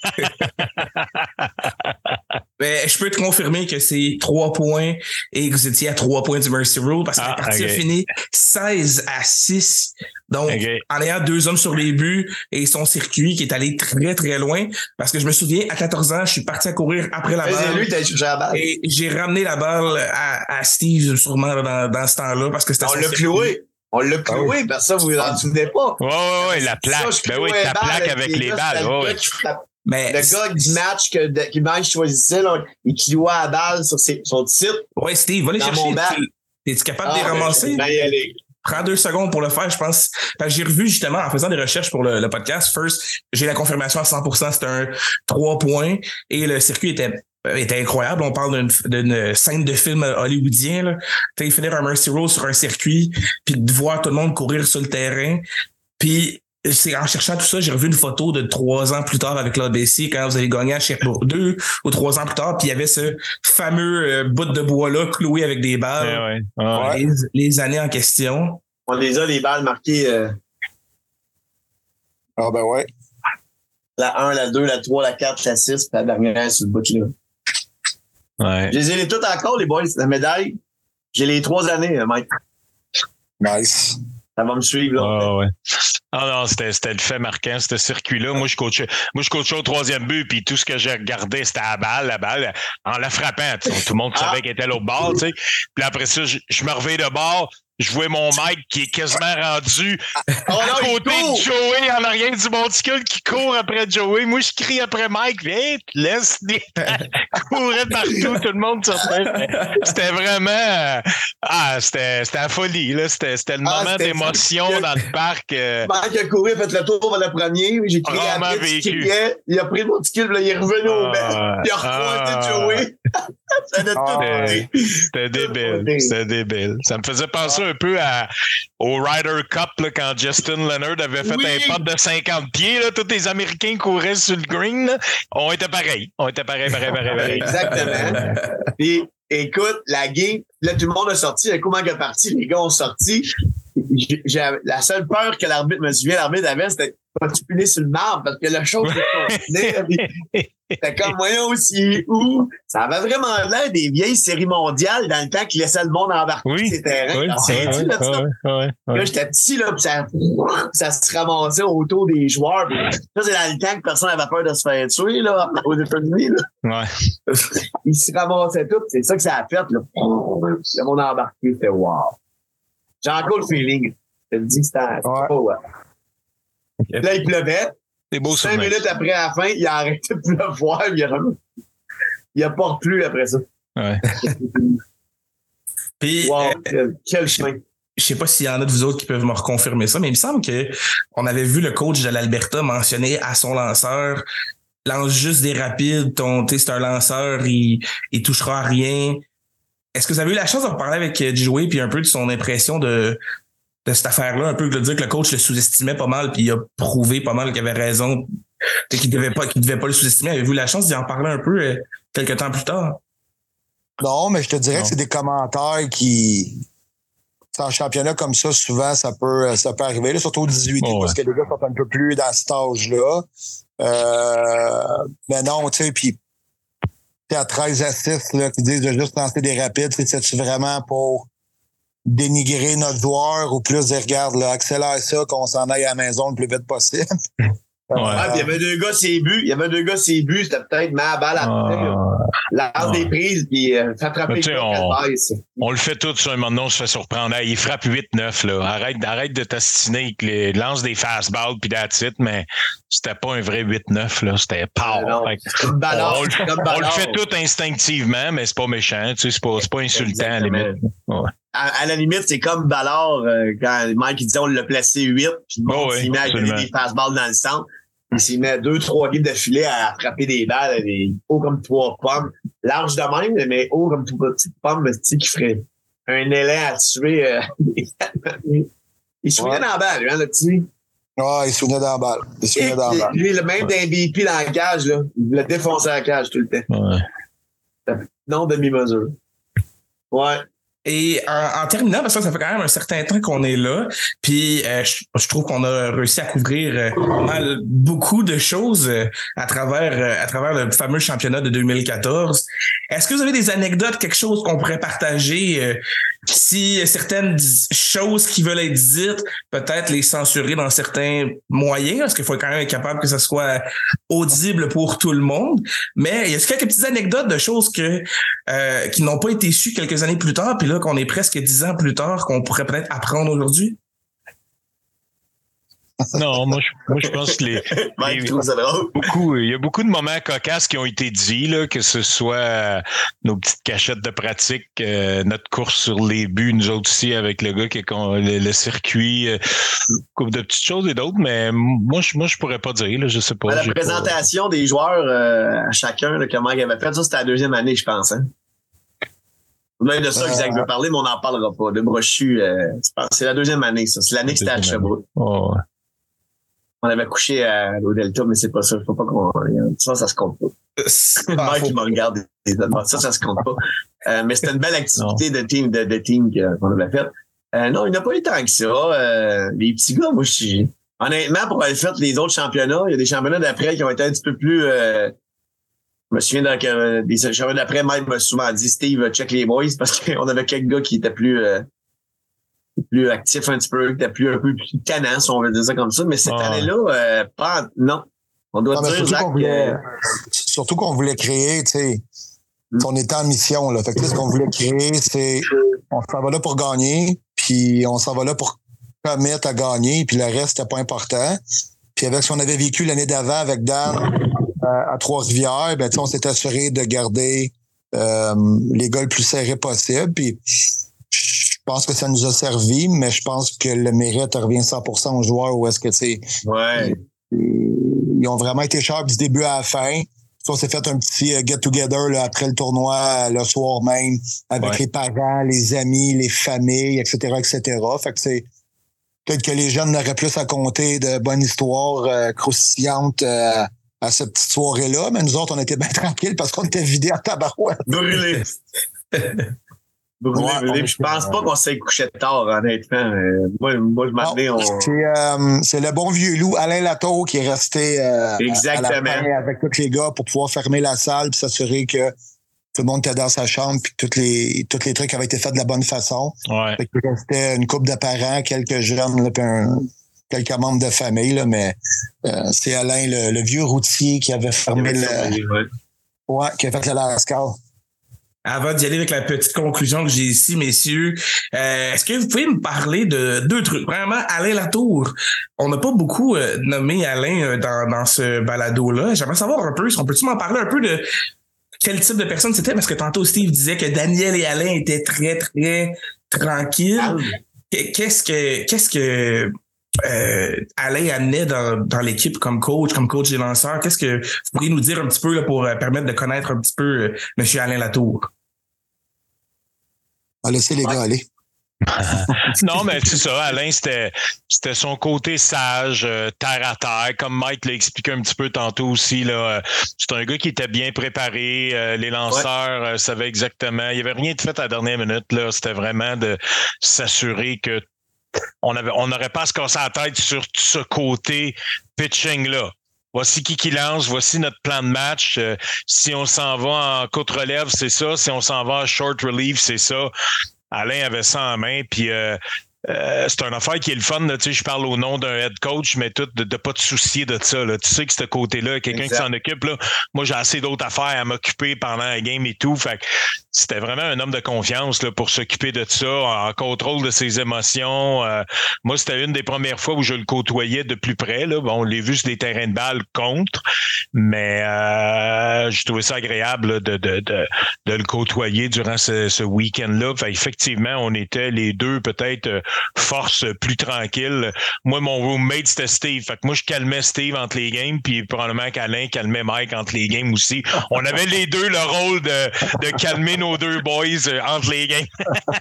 Mais je peux te confirmer que c'est 3 points et que vous étiez à 3 points du Mercy Rule parce que la partie a fini 16-6. Donc, en ayant 2 hommes sur les buts et son circuit qui est allé très, très loin. Parce que je me souviens, à 14 ans, je suis parti à courir après la balle. Et j'ai ramené la balle à Steve, sûrement, dans ce temps-là, parce que c'était son circuit. On l'a cloué, parce que ça, vous vous en souvenez pas. Oui, la plaque. Ta plaque avec les balles. Mais le gars du match que Mike choisissait, là, il clouait la balle sur son titre. Oui, Steve, va les chercher. Es-tu capable de les ramasser? Prends 2 secondes pour le faire, je pense. J'ai revu justement, en faisant des recherches pour le podcast, First, j'ai la confirmation à 100%, c'était un 3 points et le circuit était incroyable. On parle d'une scène de film hollywoodien, là. Finir un Mercy Rose sur un circuit, puis de voir tout le monde courir sur le terrain. Puis c'est en cherchant tout ça, j'ai revu une photo de 3 ans plus tard avec l'ABC quand vous avez gagné à Sherbrooke 2 ou 3 ans plus tard, puis il y avait ce fameux bout de bois-là cloué avec des balles. Les années en question. On les a, les balles marquées. Ah ben ouais. La 1, la 2, la 3, la 4, la 6, puis la dernière sur le bout-là. Ouais. Je les ai toutes encore, les boys. La médaille, j'ai les 3 années, Mike. Nice. Ça va me suivre, là. Ouais. Ah non, c'était le fait marquant, ce circuit-là. Moi, je coachais au 3e but, puis tout ce que j'ai regardé, c'était la balle, en la frappant. Tout le monde savait qu'elle était à l'autre bord, tu sais. Puis après ça, je me reviens de bord. Je vois mon Mike qui est quasiment rendu à côté de Joey, en arrière du monticule qui court après Joey. Moi, je crie après Mike, viens, laisse-les courir partout, tout le monde sortait. C'était vraiment... c'était la folie, là. C'était le moment d'émotion dans le parc. Mike a couru, a fait le tour vers le premier. J'ai crié après, il a pris le monticule, là, il est revenu au banc. Il a recroisé Joey. C'était débile. Ça me faisait penser un peu au Ryder Cup là, quand Justin Leonard avait fait un putt de 50 pieds. Là, tous les Américains couraient sur le green. Là. On était pareil. Pareil. Exactement. Puis, écoute, la game, là, tout le monde a sorti. Le coup, Mike est parti. Les gars ont sorti. La seule peur que l'arbitre avait, c'était pas tu punis sur le marbre parce que le show c'était comme moyen aussi où ça avait vraiment l'air des vieilles séries mondiales dans le temps qui laissaient le monde embarquer ces terrains. Là, j'étais petit, là, puis ça se ramassait autour des joueurs. Ça, c'est dans le temps que personne n'avait peur de se faire tuer, là, aux États-Unis, là. Ouais. Ils se ramassaient tout. C'est ça que ça a fait, là. Le monde embarqué, c'était wow. J'ai encore le feeling. Je te dis que c'était pas okay. Là, il pleuvait. C'est beau 5 minutes après la fin, il a arrêté de pleuvoir. Il a pas plu après ça. Ouais. Puis, wow, quel chemin. Je sais pas s'il y en a de vous autres qui peuvent me reconfirmer ça, mais il me semble que on avait vu le coach de l'Alberta mentionner à son lanceur, lance juste des rapides, c'est un lanceur, il touchera à rien. Est-ce que vous avez eu la chance de reparler avec Joey puis un peu de son impression de cette affaire-là, un peu de dire que le coach le sous-estimait pas mal puis il a prouvé pas mal qu'il avait raison, qu'il devait pas le sous-estimer. Avez-vous la chance d'y en parler un peu quelques temps plus tard? Non, mais je te dirais que c'est des commentaires qui... En championnat comme ça, souvent, ça peut arriver, là, surtout au 18 parce que les gars sont un peu plus dans cet âge-là. Mais non, tu sais, puis à 13 à 6, là, qui disent de juste lancer des rapides, c'est-tu vraiment pour dénigrer notre joueur ou plus dire, regarde, là, accélère ça, qu'on s'en aille à la maison le plus vite possible? Puis il y avait 2 gars, c'est but. C'était peut-être ma balle à l'art des prises, puis s'attraper on le fait tout sur un moment, on se fait surprendre. Il frappe 8-9, là. Arrête de t'astiner, il lance des fastballs, puis that's it, mais c'était pas un vrai 8-9, là. C'était power. On le fait tout instinctivement, mais c'est pas méchant, tu sais, c'est pas insultant, à la limite. Ouais. À la limite, c'est comme Ballard, quand Mike il dit on l'a placé 8, puis bon, il met à donner des fastballs dans le centre. Il s'y met 2-3 games d'affilée à frapper des balles, haut comme 3 pommes. Large de même, mais haut comme 3 petites pommes, qui ferait un élan à tuer. Il se souvenait dans la balle, hein, le petit. Ouais, il se souvenait dans la balle. Lui, le même d'un BP dans la cage, là. Il l'a défoncé à la cage tout le temps. Ouais. Non, demi-mesure. Ouais. Et en terminant, parce que ça fait quand même un certain temps qu'on est là, puis je trouve qu'on a réussi à couvrir beaucoup de choses à travers le fameux championnat de 2014. Est-ce que vous avez des anecdotes, quelque chose qu'on pourrait partager? Si certaines choses qui veulent être dites, peut-être les censurer dans certains moyens, parce qu'il faut quand même être capable que ça soit audible pour tout le monde. Mais il y a quelques petites anecdotes de choses qui n'ont pas été sues quelques années plus tard, puis là, qu'on est presque 10 ans plus tard, qu'on pourrait peut-être apprendre aujourd'hui? Non, moi, je pense que il y a beaucoup de moments cocasses qui ont été dits, là, que ce soit nos petites cachettes de pratique, notre course sur les buts, nous autres aussi, avec le gars qui a le circuit, couple de petites choses et d'autres, mais moi, je pourrais pas dire, là, je sais pas. La présentation des joueurs à chacun, là, comment il avait fait, ça, c'était la deuxième année, je pense, hein? Même de ça que Zach veut parler, mais on n'en parlera pas. De Brochu, c'est la deuxième année, ça. C'est l'année que c'était à Sherbrooke. Oh, ouais. On avait couché à l'O-Delta, mais c'est pas ça. Faut pas qu'on... Ça se compte pas. Mike, il me regarde. Ça se compte pas. Mais c'était une belle activité de team qu'on avait faite. Non, il n'a pas eu tant que ça. Les petits gars, moi, honnêtement, pour avoir fait les autres championnats, il y a des championnats d'après qui ont été un petit peu plus... Je me souviens des championnats d'après, Mike m'a souvent dit, Steve, check les boys, parce qu'on avait quelques gars qui étaient plus actifs un petit peu, qui étaient un peu plus tannants, si on veut dire ça comme ça. Mais cette année-là, non. On doit dire, Zach... Surtout qu'on voulait créer, tu sais, on était en mission, là. Fait que ce qu'on voulait créer, c'est, on s'en va là pour gagner, puis on s'en va là pour permettre à gagner, puis le reste, c'était pas important. Puis avec ce qu'on avait vécu l'année d'avant avec Dan, à Trois-Rivières, ben, on s'est assuré de garder les gars le plus serrés possible. Puis je pense que ça nous a servi, mais je pense que le mérite revient 100% aux joueurs où est-ce que ils ont vraiment été sharp du début à la fin. On s'est fait un petit get-together là, après le tournoi, le soir même, avec les parents, les amis, les familles, etc., etc. Fait que c'est peut-être que les jeunes n'auraient plus à compter de bonnes histoires croustillantes à cette petite soirée-là, mais nous autres, on était bien tranquilles parce qu'on était vidés en tabarouette. Brûlés. Brûlés. Je pense pas qu'on s'est couché tard, honnêtement. Moi je m'attendais... C'est le bon vieux loup, Alain Latour, qui est resté Exactement. À la fin avec tous les gars pour pouvoir fermer la salle puis s'assurer que tout le monde était dans sa chambre puis que tous les trucs avaient été faits de la bonne façon. Ouais. Fait qu'il restait une couple de parents, quelques jeunes, là, puis quelques membres de famille, là, mais c'est Alain, le vieux routier, qui avait fermé qui a fait le Lascar. Avant d'y aller avec la petite conclusion que j'ai ici, messieurs, est-ce que vous pouvez me parler de deux trucs? Vraiment, Alain Latour. On n'a pas beaucoup nommé Alain dans ce balado-là. J'aimerais savoir un peu, peut-tu m'en parler un peu de quel type de personne c'était? Parce que tantôt, Steve disait que Daniel et Alain étaient très, très tranquilles. Qu'est-ce que Alain amenait dans l'équipe comme coach des lanceurs? Qu'est-ce que vous pourriez nous dire un petit peu là, pour permettre de connaître un petit peu M. Alain Latour? On va laisser les gars aller. Non, mais c'est ça. Alain, c'était son côté sage, terre à terre, comme Mike l'a expliqué un petit peu tantôt aussi. Là, c'est un gars qui était bien préparé. Les lanceurs savaient exactement. Il n'y avait rien de fait à la dernière minute. Là. C'était vraiment de s'assurer que on n'aurait pas à se casser la tête sur ce côté pitching-là. Voici qui lance, voici notre plan de match. Si on s'en va en courte relève, c'est ça. Si on s'en va en short relief, c'est ça. Alain avait ça en main, puis c'est une affaire qui est le fun. Là, je parle au nom d'un head coach, mais tout de pas te soucier de ça. Là. Tu sais que ce côté-là, quelqu'un qui s'en occupe, là, moi j'ai assez d'autres affaires à m'occuper pendant la game et tout. Fait que c'était vraiment un homme de confiance là, pour s'occuper de ça, en contrôle de ses émotions. Moi, c'était une des premières fois où je le côtoyais de plus près. Là. Bon, on l'a vu sur des terrains de balle contre, mais j'ai trouvé ça agréable là, de le côtoyer durant ce week-end-là. Fait, effectivement, on était les deux peut-être force plus tranquille. Moi, mon roommate, c'était Steve. Fait que moi, je calmais Steve entre les games, puis probablement qu'Alain calmait Mike entre les games aussi. On avait les deux le rôle de calmer nos deux boys entre les games.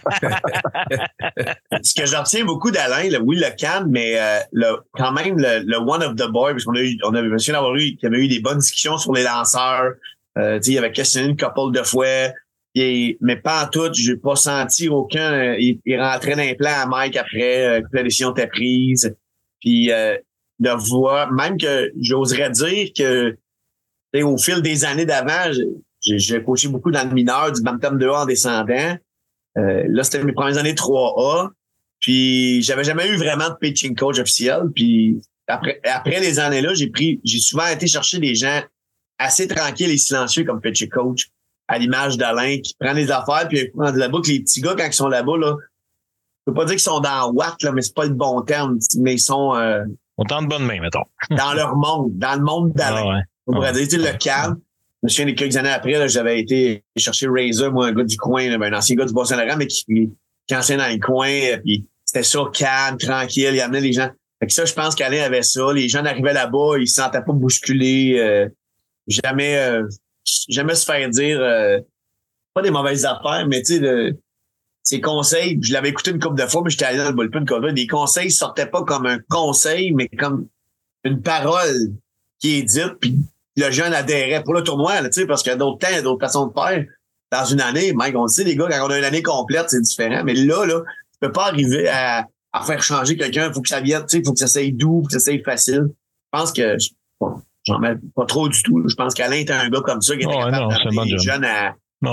Ce que j'en retiens beaucoup d'Alain, oui, le calme, mais quand même le one of the boys, parce qu'on avait monsieur Lavaru qui avait eu des bonnes discussions sur les lanceurs. Il avait questionné une couple de fois. Mais pas en tout, j'ai pas senti aucun. Il rentrait dans les plans à Mike après que la décision était prise. Puis de voir, même que j'oserais dire que au fil des années d'avant, j'ai coaché beaucoup dans le mineur du Bantam 2A en descendant. Là, c'était mes premières années 3A. Puis j'avais jamais eu vraiment de pitching coach officiel. Puis après les années-là, j'ai souvent été chercher des gens assez tranquilles et silencieux comme pitching coach, à l'image d'Alain qui prend les affaires puis là-bas que les petits gars quand ils sont là-bas là, je peux pas dire qu'ils sont dans Watt là, mais c'est pas le bon terme, mais ils sont On tente bonne main, mettons. Dans leur monde, dans le monde d'Alain. Ah ouais. On pourrait dire, tu sais, le calme. Je me souviens des quelques années après, là, j'avais été chercher Razor, moi, un gars du coin, là, un ancien gars du Bas-Saint-Laurent, mais qui enseignait dans le coin, puis c'était ça, calme, tranquille, il amenait les gens. Fait que ça, je pense qu'Alain avait ça. Les gens arrivaient là-bas, ils se sentaient pas bousculés, jamais se faire dire, pas des mauvaises affaires, mais tu sais, ses conseils, je l'avais écouté une couple de fois, mais j'étais allé dans le bullpen comme ça. Les conseils sortaient pas comme un conseil, mais comme une parole qui est dite, puis le jeune adhérait pour le tournoi, là, tu sais, parce qu'il y a d'autres temps, il y a d'autres façons de faire. Dans une année, Mike, on le sait, les gars, quand on a une année complète, c'est différent. Mais là, tu peux pas arriver à faire changer quelqu'un. Il faut que ça vienne, tu sais, il faut que ça soit doux, que ça soit facile. Je pense que, j'en mets pas trop du tout. Je pense qu'Alain était un gars comme ça qui était capable d'amener les jeunes à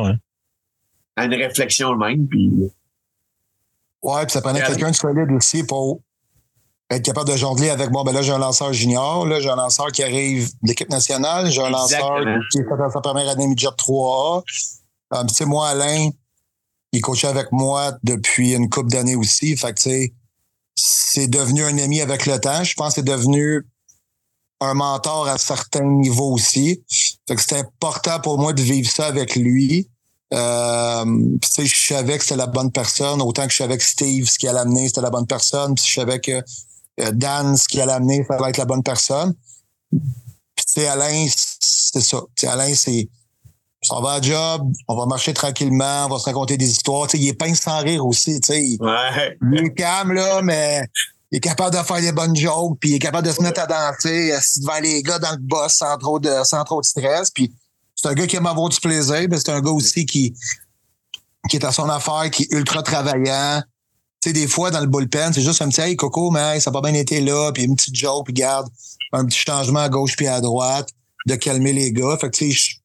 une réflexion même. Puis... Ouais, puis ça prenait quelqu'un de solide aussi pour être capable de jongler avec moi. Ben là, j'ai un lanceur junior, là, j'ai un lanceur qui arrive de l'équipe nationale, j'ai un lanceur qui est dans sa première année midget 3A. Tu sais, moi, Alain, il coachait avec moi depuis une couple d'années aussi. Fait que, tu sais, c'est devenu un ami avec le temps. Je pense que c'est devenu un mentor à certains niveaux aussi. Fait que c'était important pour moi de vivre ça avec lui. Tu sais, je savais que c'était la bonne personne, autant que je savais que Steve, ce qu'il allait amener, c'était la bonne personne. Puis je savais que Dan, ce qu'il allait amener, ça allait être la bonne personne. Puis tu sais, Alain, c'est ça. Tu sais, Alain, c'est on va à job, on va marcher tranquillement, on va se raconter des histoires. Tu sais, il est pince sans rire aussi. Tu sais, il est calme, là, mais il est capable de faire des bonnes jokes, puis il est capable de se mettre à danser assis devant les gars dans le boss sans trop de stress. Puis c'est un gars qui aime avoir du plaisir, mais c'est un gars aussi qui est à son affaire, qui est ultra travaillant. Tu sais, des fois, dans le bullpen, c'est juste un petit « Hey, Coco, mais ça n'a pas bien été là », puis une petite joke, puis garde un petit changement à gauche puis à droite, de calmer les gars. Fait que, tu sais,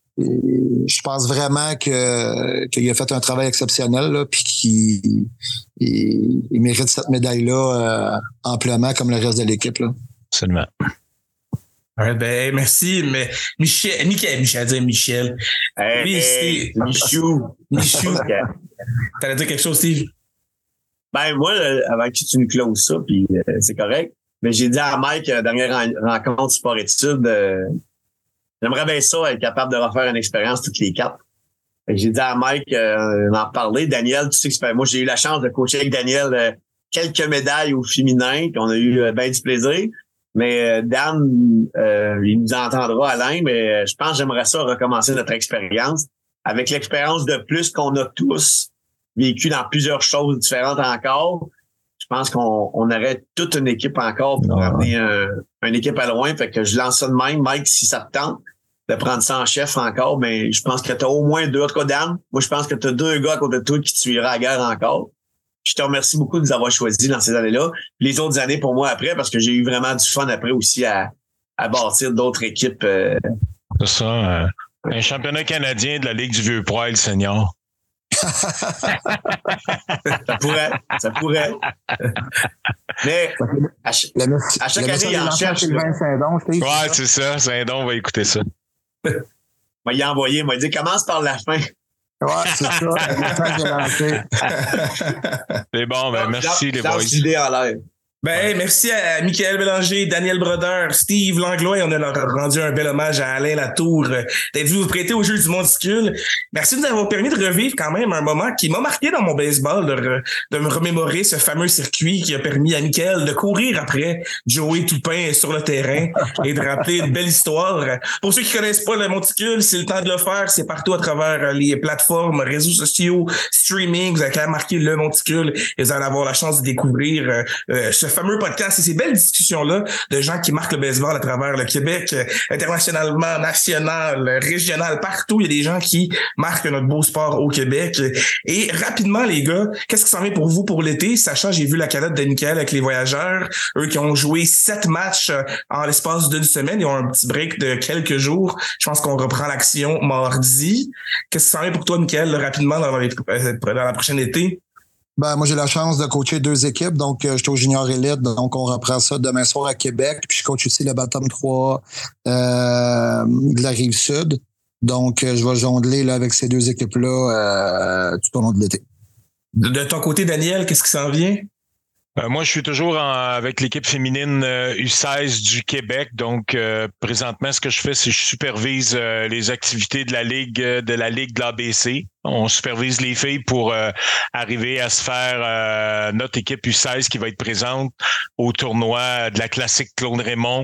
je pense vraiment qu'il a fait un travail exceptionnel, là, puis qu'il mérite cette médaille-là amplement, comme le reste de l'équipe, là. Absolument. Ouais, ben, merci, mais Michel. Hey, oui, hey, Michou. T'allais dire quelque chose, Steve? Ben, moi, avant que tu nous closes ça, puis c'est correct, mais j'ai dit à Mike, dernière rencontre sport-études, j'aimerais bien ça, être capable de refaire une expérience toutes les 4. Fait que j'ai dit à Mike d'en parler. Daniel, tu sais que moi, j'ai eu la chance de coacher avec Daniel quelques médailles au féminin, puis on a eu bien du plaisir. Mais Dan, il nous entendra, Alain, mais je pense que j'aimerais ça recommencer notre expérience avec l'expérience de plus qu'on a tous vécu dans plusieurs choses différentes encore. Je pense qu'on aurait toute une équipe encore pour amener une équipe à loin. Fait que je lance ça de même. Mike, si ça te tente de prendre ça en chef encore, mais je pense que tu as au moins 2. En tout cas, Dan, moi, je pense que tu as 2 gars à côté de toi qui tu iras à la guerre encore. Je te remercie beaucoup de nous avoir choisis dans ces années-là. Les autres années pour moi après, parce que j'ai eu vraiment du fun après aussi à bâtir d'autres équipes. C'est ça. Un championnat canadien de la Ligue du Vieux-Poil senior. Ça pourrait. Mais à chaque année, il en cherche. Ouais, c'est ça. Saint-Don va écouter ça. Moi, il a envoyé, il m'a dit commence par la fin. Ouais, c'est ça. C'est bon, ben merci les boys. L'idée en l'air. Ben, merci à Michael Bélanger, Daniel Brodeur, Steve Langlois. On a leur rendu un bel hommage à Alain Latour d'être venu vous prêter au jeu du monticule. Merci de nous avoir permis de revivre quand même un moment qui m'a marqué dans mon baseball, de me remémorer ce fameux circuit qui a permis à Michael de courir après Joey Toupin sur le terrain et de rappeler une belle histoire. Pour ceux qui connaissent pas le monticule, c'est le temps de le faire. C'est partout à travers les plateformes, réseaux sociaux, streaming. Vous avez quand même marqué le monticule et vous allez avoir la chance de découvrir ce fameux podcast et ces belles discussions-là de gens qui marquent le baseball à travers le Québec, internationalement, national, régional, partout. Il y a des gens qui marquent notre beau sport au Québec. Et rapidement, les gars, qu'est-ce qui s'en vient pour vous pour l'été? Sachant, j'ai vu la calotte de Michael avec les Voyageurs, eux qui ont joué 7 matchs en l'espace d'une semaine. Ils ont un petit break de quelques jours. Je pense qu'on reprend l'action mardi. Qu'est-ce qui s'en vient pour toi, Michael, rapidement dans la prochaine été? Ben, moi, j'ai la chance de coacher 2 équipes. Donc, je suis au Junior Elite. Donc, on reprend ça demain soir à Québec. Puis, je coach aussi le Bottom 3 de la Rive-Sud. Donc, je vais jongler là, avec ces 2 équipes-là tout au long de l'été. De ton côté, Daniel, qu'est-ce qui s'en vient? Moi, je suis toujours avec l'équipe féminine U16 du Québec. Donc, présentement, ce que je fais, c'est que je supervise les activités de la Ligue de l'ABC. On supervise les filles pour arriver à se faire notre équipe U16 qui va être présente au tournoi de la Classique Claude Raymond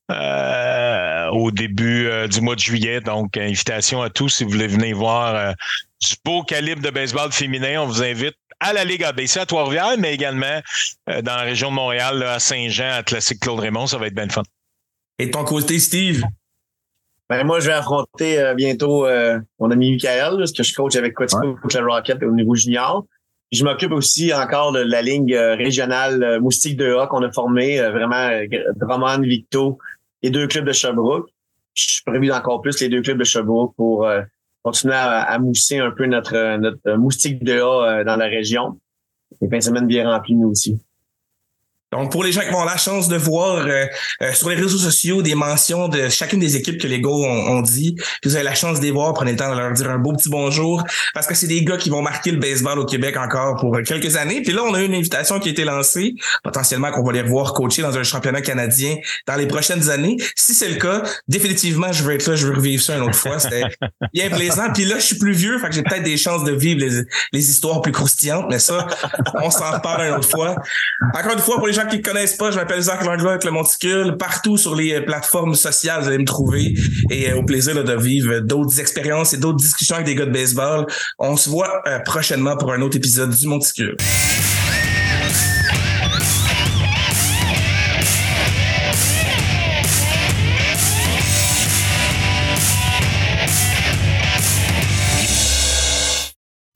au début du mois de juillet. Donc, invitation à tous si vous voulez venir voir du beau calibre de baseball féminin. On vous invite à la Ligue ABC à Trois-Rivières, mais également dans la région de Montréal, là, à Saint-Jean, à Classique Claude Raymond. Ça va être bien le fun. Et de ton côté, Steve? Ben, moi, je vais affronter bientôt mon ami Michael, parce que je coach avec Quatico le Rocket au niveau junior. Je m'occupe aussi encore de la ligne régionale Moustique 2A qu'on a formée, vraiment Drummond, Victo et 2 clubs de Sherbrooke. Je suis prévu encore plus les 2 clubs de Sherbrooke pour continuer à mousser un peu notre Moustique 2A dans la région. Les fins de semaine bien remplies, nous aussi. Donc, pour les gens qui ont la chance de voir sur les réseaux sociaux des mentions de chacune des équipes que les gars ont dit, puis vous avez la chance de les voir, prenez le temps de leur dire un beau petit bonjour, parce que c'est des gars qui vont marquer le baseball au Québec encore pour quelques années. Puis là, on a eu une invitation qui a été lancée, potentiellement qu'on va les revoir coacher dans un championnat canadien dans les prochaines années. Si c'est le cas, définitivement, je veux être là, je veux revivre ça une autre fois. C'était bien plaisant. Puis là, je suis plus vieux, fait que j'ai peut-être des chances de vivre les histoires plus croustillantes, mais ça, on s'en reparle une autre fois. Encore une fois, pour les gens qui ne connaissent pas, je m'appelle Zach Langlois avec le Monticule. Partout sur les plateformes sociales, vous allez me trouver. Et au plaisir là, de vivre d'autres expériences et d'autres discussions avec des gars de baseball. On se voit prochainement pour un autre épisode du Monticule.